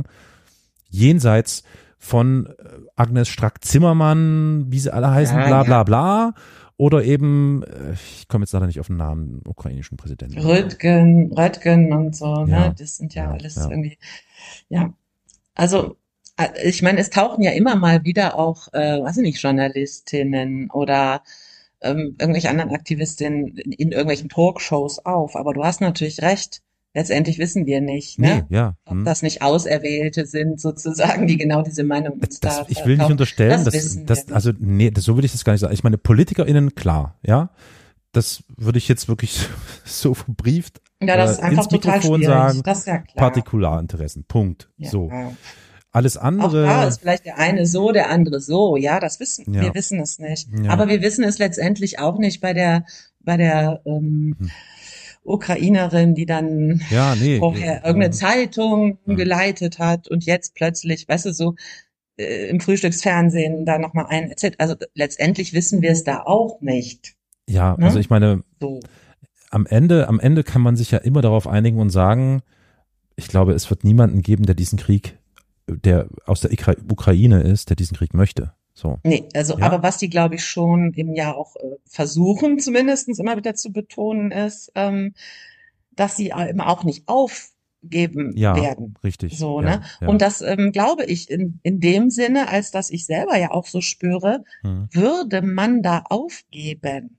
jenseits von Agnes Strack-Zimmermann, wie sie alle heißen, Ja, bla bla ja. bla, oder eben, ich komme jetzt leider nicht auf den Namen, ukrainischen Präsidenten. Röttgen, Röttgen und so, Ja. ne? Das sind ja, Ja, alles ja. irgendwie, ja. Also, äh, ich meine, es tauchen ja immer mal wieder auch, äh, weiß ich nicht, Journalistinnen oder ähm, irgendwelche anderen Aktivistinnen in, in irgendwelchen Talkshows auf. Aber du hast natürlich recht. Letztendlich wissen wir nicht, Nee, ne? ja. Ob hm. das nicht Auserwählte sind, sozusagen, die genau diese Meinung uns Das, da ich will nicht verkaufen. unterstellen, Das dass, wissen das, wir nicht. also nee, das, so würde ich das gar nicht sagen. Ich meine, PolitikerInnen, klar, ja, das würde ich jetzt wirklich so verbrieft Ja, das ist äh, einfach ins total Mikrofon schwierig. sagen, Das ist ja klar. Partikularinteressen, Punkt. Ja. So. Alles Auch da andere, ist vielleicht der eine so, der andere so. Ja, das wissen Ja. wir wissen es nicht. Ja. Aber wir wissen es letztendlich auch nicht bei der bei der ähm, Hm. Ukrainerin, die dann ja, nee. vorher äh, irgendeine äh, Zeitung Ja. geleitet hat und jetzt plötzlich, weißt du, so äh, im Frühstücksfernsehen da nochmal ein erzählt. Also letztendlich wissen wir es da auch nicht. Ja, Ne? also ich meine, So. am Ende, am Ende kann man sich ja immer darauf einigen und sagen, ich glaube, es wird niemanden geben, der diesen Krieg, der aus der Ikra- Ukraine ist, der diesen Krieg möchte. So. Nee, also, Ja. aber was die, glaube ich, schon eben ja auch äh, versuchen, zumindestens immer wieder zu betonen, ist, ähm, dass sie eben auch nicht aufgeben Ja, werden. richtig. So, ja, ne? Ja. Und das ähm, glaube ich in, in dem Sinne, als dass ich selber ja auch so spüre, Hm. würde man da aufgeben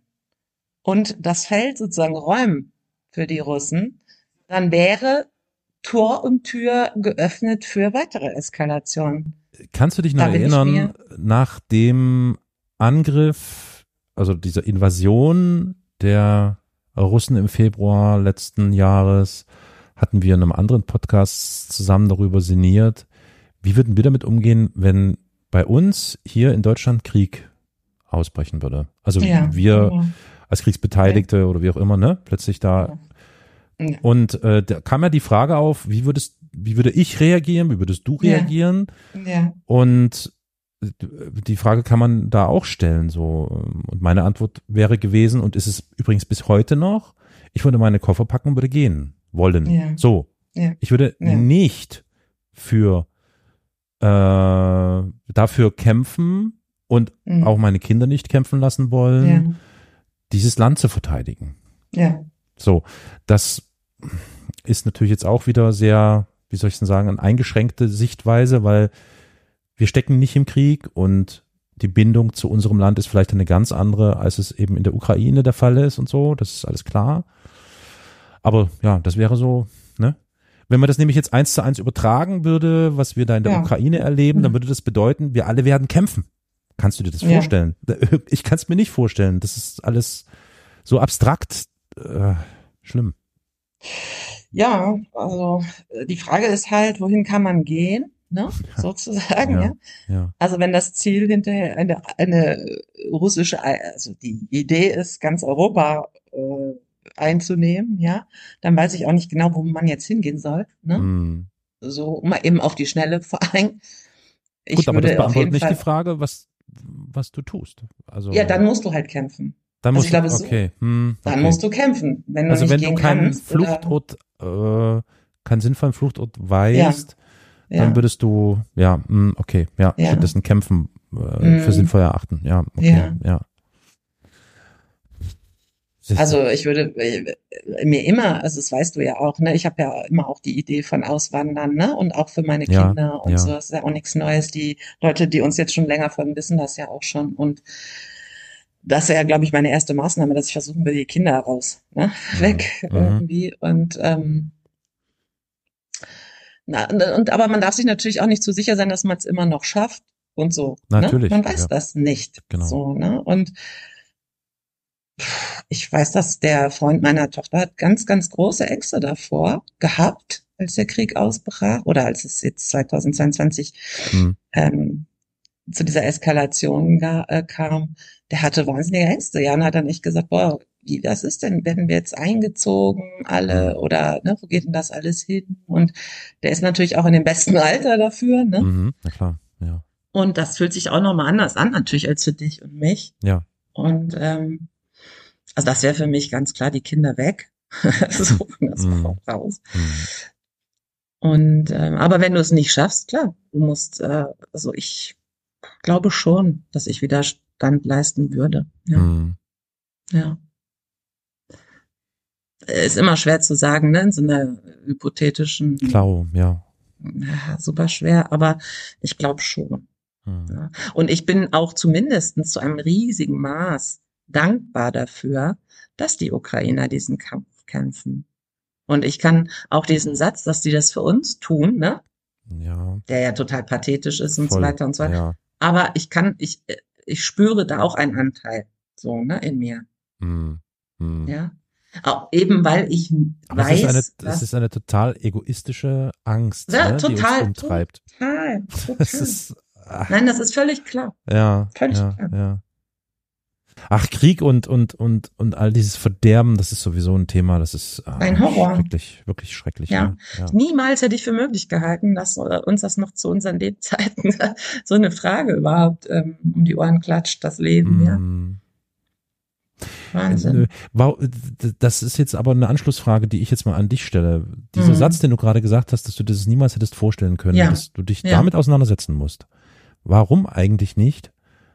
und das Feld sozusagen räumen für die Russen, dann wäre Tor und Tür geöffnet für weitere Eskalationen. Kannst du dich noch Da bin ich erinnern, mir- nach dem Angriff, also dieser Invasion der Russen im Februar letzten Jahres, hatten wir in einem anderen Podcast zusammen darüber sinniert, wie würden wir damit umgehen, wenn bei uns hier in Deutschland Krieg ausbrechen würde? Also Ja. wir als Kriegsbeteiligte oder wie auch immer, ne, plötzlich da. Ja. Und äh, da kam ja die Frage auf, wie würdest, wie würde ich reagieren, wie würdest du Ja. reagieren? Ja. Und die Frage kann man da auch stellen, so. Und meine Antwort wäre gewesen, und ist es übrigens bis heute noch, ich würde meine Koffer packen und würde gehen wollen. Ja. So. Ja. Ich würde Ja. nicht für, äh, dafür kämpfen und Mhm. auch meine Kinder nicht kämpfen lassen wollen, Ja. dieses Land zu verteidigen. Ja. So. Das ist natürlich jetzt auch wieder sehr, wie soll ich denn sagen, eine eingeschränkte Sichtweise, weil wir stecken nicht im Krieg und die Bindung zu unserem Land ist vielleicht eine ganz andere, als es eben in der Ukraine der Fall ist und so. Das ist alles klar. Aber ja, das wäre so, ne? Wenn man das nämlich jetzt eins zu eins übertragen würde, was wir da in der Ja. Ukraine erleben, dann würde das bedeuten, wir alle werden kämpfen. Kannst du dir das Ja. vorstellen? Ich kann es mir nicht vorstellen. Das ist alles so abstrakt. Äh, schlimm. Ja, also äh, die Frage ist halt, wohin kann man gehen, ne? Sozusagen, Ja. ja. Ja. Also wenn das Ziel hinterher eine, eine russische, also die Idee ist, ganz Europa äh, einzunehmen, ja, dann weiß ich auch nicht genau, wo man jetzt hingehen soll, ne? Hm. So mal eben auf die Schnelle vor allem. Ich Gut, aber das würde auf beantwortet jeden nicht Fall, die Frage, was, was du tust. Also, ja, dann musst du halt kämpfen. dann also musst ich glaube, du, so- okay, hm, Dann okay. musst du kämpfen, wenn du Also nicht wenn du gehen keinen kannst. oder- Fluchtort, äh, keinen sinnvollen Fluchtort weißt, ja, dann würdest du, ja, hm, okay, ja, Ja. stattdessen kämpfen äh, Mhm. für sinnvoll erachten. Ja, okay, Ja. ja. Also ich würde äh, mir immer, also das weißt du ja auch, ne, ich habe ja immer auch die Idee von Auswandern, ne, und auch für meine Ja, Kinder und ja. so, das ist ja auch nichts Neues. Die Leute, die uns jetzt schon länger folgen, wissen das ja auch schon. Und das wäre, glaube ich, meine erste Maßnahme, dass ich versuchen will, die Kinder raus, ne, Mhm. weg Mhm. irgendwie. Und ähm, na, und, und aber man darf sich natürlich auch nicht zu sicher sein, dass man es immer noch schafft und so, ne? Natürlich, Man weiß ja. das nicht, Genau. so, ne? Und ich weiß, dass der Freund meiner Tochter hat ganz, ganz große Ängste davor gehabt, als der Krieg ausbrach oder als es jetzt zweitausendzweiundzwanzig Mhm. ähm, zu dieser Eskalation ga, äh, kam. Der hatte wahnsinnige Ängste. Ja, und hat dann echt gesagt, boah, wie das ist denn, werden wir jetzt eingezogen, alle, Mhm. oder ne, wo geht denn das alles hin? Und der ist natürlich auch in dem besten Alter dafür, ne? Mhm. Na klar, ja. Und das fühlt sich auch nochmal anders an, natürlich, als für dich und mich. Ja. Und ähm, also das wäre für mich ganz klar die Kinder weg. So, das Mhm. auch raus. Mhm. Und ähm, aber wenn du es nicht schaffst, klar, du musst, äh, also ich glaube schon, dass ich Widerstand leisten würde. Ja, Mhm. ja. Ist immer schwer zu sagen, ne, in so einer hypothetischen, Klar, ja. ja, super schwer, aber ich glaube schon. Mhm. Ja. Und ich bin auch zumindest zu einem riesigen Maß dankbar dafür, dass die Ukrainer diesen Kampf kämpfen. Und ich kann auch diesen Satz, dass die das für uns tun, ne, Ja, der ja total pathetisch ist und so voll. weiter und so weiter. Ja. Aber ich kann, ich, ich spüre da auch einen Anteil, so, ne, in mir, Mhm. Mhm. ja. Auch eben, weil ich Aber es weiß, ist eine, es dass, ist eine total egoistische Angst, ja, ne, die uns total, umtreibt. total, Das total. ist, ach, Nein, das ist völlig klar, ja, völlig ja, klar. ja. Ach, Krieg und, und, und, und all dieses Verderben, das ist sowieso ein Thema, das ist ah, Ein Horror. schrecklich, wirklich schrecklich. Ja. Ne? Ja. Niemals hätte ich für möglich gehalten, dass äh, uns das noch zu unseren Lebzeiten so eine Frage überhaupt ähm, um die Ohren klatscht, das Leben, ja. Mm. Wahnsinn. Äh, wow, das ist jetzt aber eine Anschlussfrage, die ich jetzt mal an dich stelle. Dieser Mhm. Satz, den du gerade gesagt hast, dass du das niemals hättest vorstellen können, Ja. dass du dich Ja. damit auseinandersetzen musst. Warum eigentlich nicht?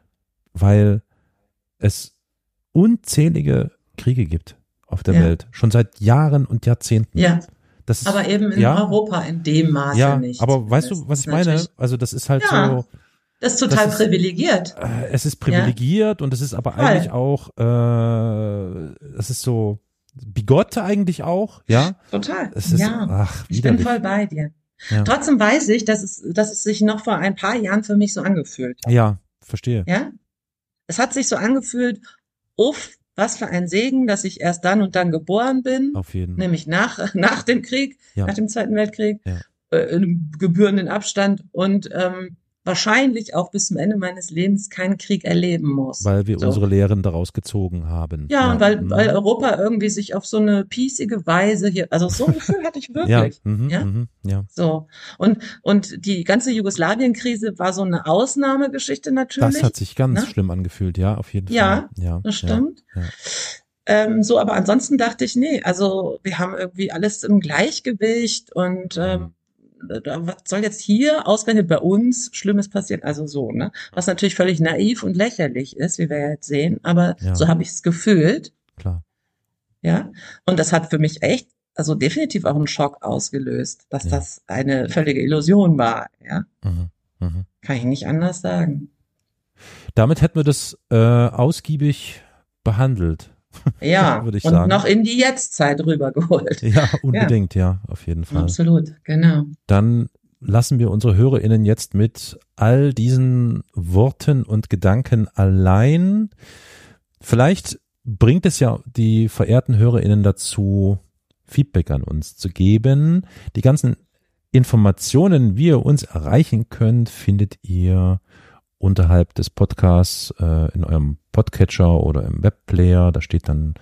Weil es unzählige Kriege gibt auf der Ja. Welt, schon seit Jahren und Jahrzehnten. Ja, Das ist, aber eben in ja, Europa in dem Maße ja, nicht. aber weißt du, was ich meine? Natürlich- Also das ist halt Ja. so, Das ist total das ist- privilegiert. äh, es ist privilegiert und es ist aber Voll. eigentlich auch, äh, es ist so bigott eigentlich auch, ja. Total. Es ist, ja, ach, ich bin widerlich. voll bei dir. Ja. Trotzdem weiß ich, dass es, dass es sich noch vor ein paar Jahren für mich so angefühlt hat. Ja, verstehe. Ja? Es hat sich so angefühlt, uff, was für ein Segen, dass ich erst dann und dann geboren bin, Auf jeden. nämlich nach, nach dem Krieg, Ja. nach dem Zweiten Weltkrieg, Ja. äh, in gebührenden Abstand und ähm, wahrscheinlich auch bis zum Ende meines Lebens keinen Krieg erleben muss. Weil wir So. unsere Lehren daraus gezogen haben. Ja, und weil, mhm. weil Europa irgendwie sich auf so eine piecige Weise hier, also so ein Gefühl hatte ich ja, wirklich. mhm, Ja? mhm, ja. So. Und, und die ganze Jugoslawien-Krise war so eine Ausnahmegeschichte natürlich. Das hat sich ganz ne? schlimm angefühlt, ja, auf jeden Ja, Fall. Ja, das stimmt. Ja, ja. Ähm, so, aber ansonsten dachte ich, nee, also wir haben irgendwie alles im Gleichgewicht und ähm, da- was soll jetzt hier ausgerechnet bei uns Schlimmes passieren? Also so, ne? Was natürlich völlig naiv und lächerlich ist, wie wir jetzt sehen, aber Ja. so habe ich es gefühlt, Klar. ja. Und das hat für mich echt, also definitiv auch einen Schock ausgelöst, dass Ja. das eine völlige Illusion war, ja. Mhm, mhm. Kann ich nicht anders sagen. Damit hätten wir das äh, ausgiebig behandelt. Ja, Würde ich und sagen. noch in die Jetztzeit rübergeholt. Ja, unbedingt, ja, auf jeden Fall. Absolut, genau. Dann lassen wir unsere HörerInnen jetzt mit all diesen Worten und Gedanken allein. Vielleicht bringt es ja die verehrten HörerInnen dazu, Feedback an uns zu geben. Die ganzen Informationen, wie ihr uns erreichen könnt, findet ihr unterhalb des Podcasts äh, in eurem Podcatcher oder im Webplayer. Da steht dann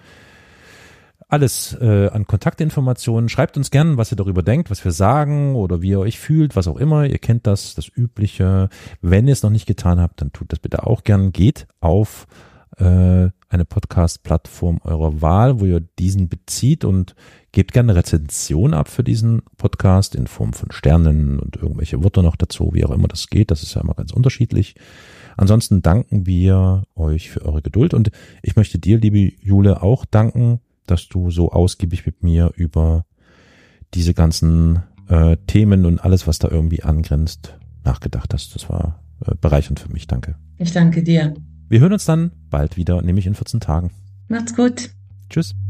alles äh, an Kontaktinformationen. Schreibt uns gern, was ihr darüber denkt, was wir sagen oder wie ihr euch fühlt, was auch immer. Ihr kennt das, das Übliche. Wenn ihr es noch nicht getan habt, dann tut das bitte auch gern. Geht auf äh, eine Podcast-Plattform eurer Wahl, wo ihr diesen bezieht und gebt gerne eine Rezension ab für diesen Podcast in Form von Sternen und irgendwelche Wörter noch dazu, wie auch immer das geht. Das ist ja immer ganz unterschiedlich. Ansonsten danken wir euch für eure Geduld und ich möchte dir, liebe Jule, auch danken, dass du so ausgiebig mit mir über diese ganzen äh, Themen und alles, was da irgendwie angrenzt, nachgedacht hast. Das war äh, bereichernd für mich. Danke. Ich danke dir. Wir hören uns dann bald wieder, nämlich in vierzehn Tagen. Macht's gut. Tschüss.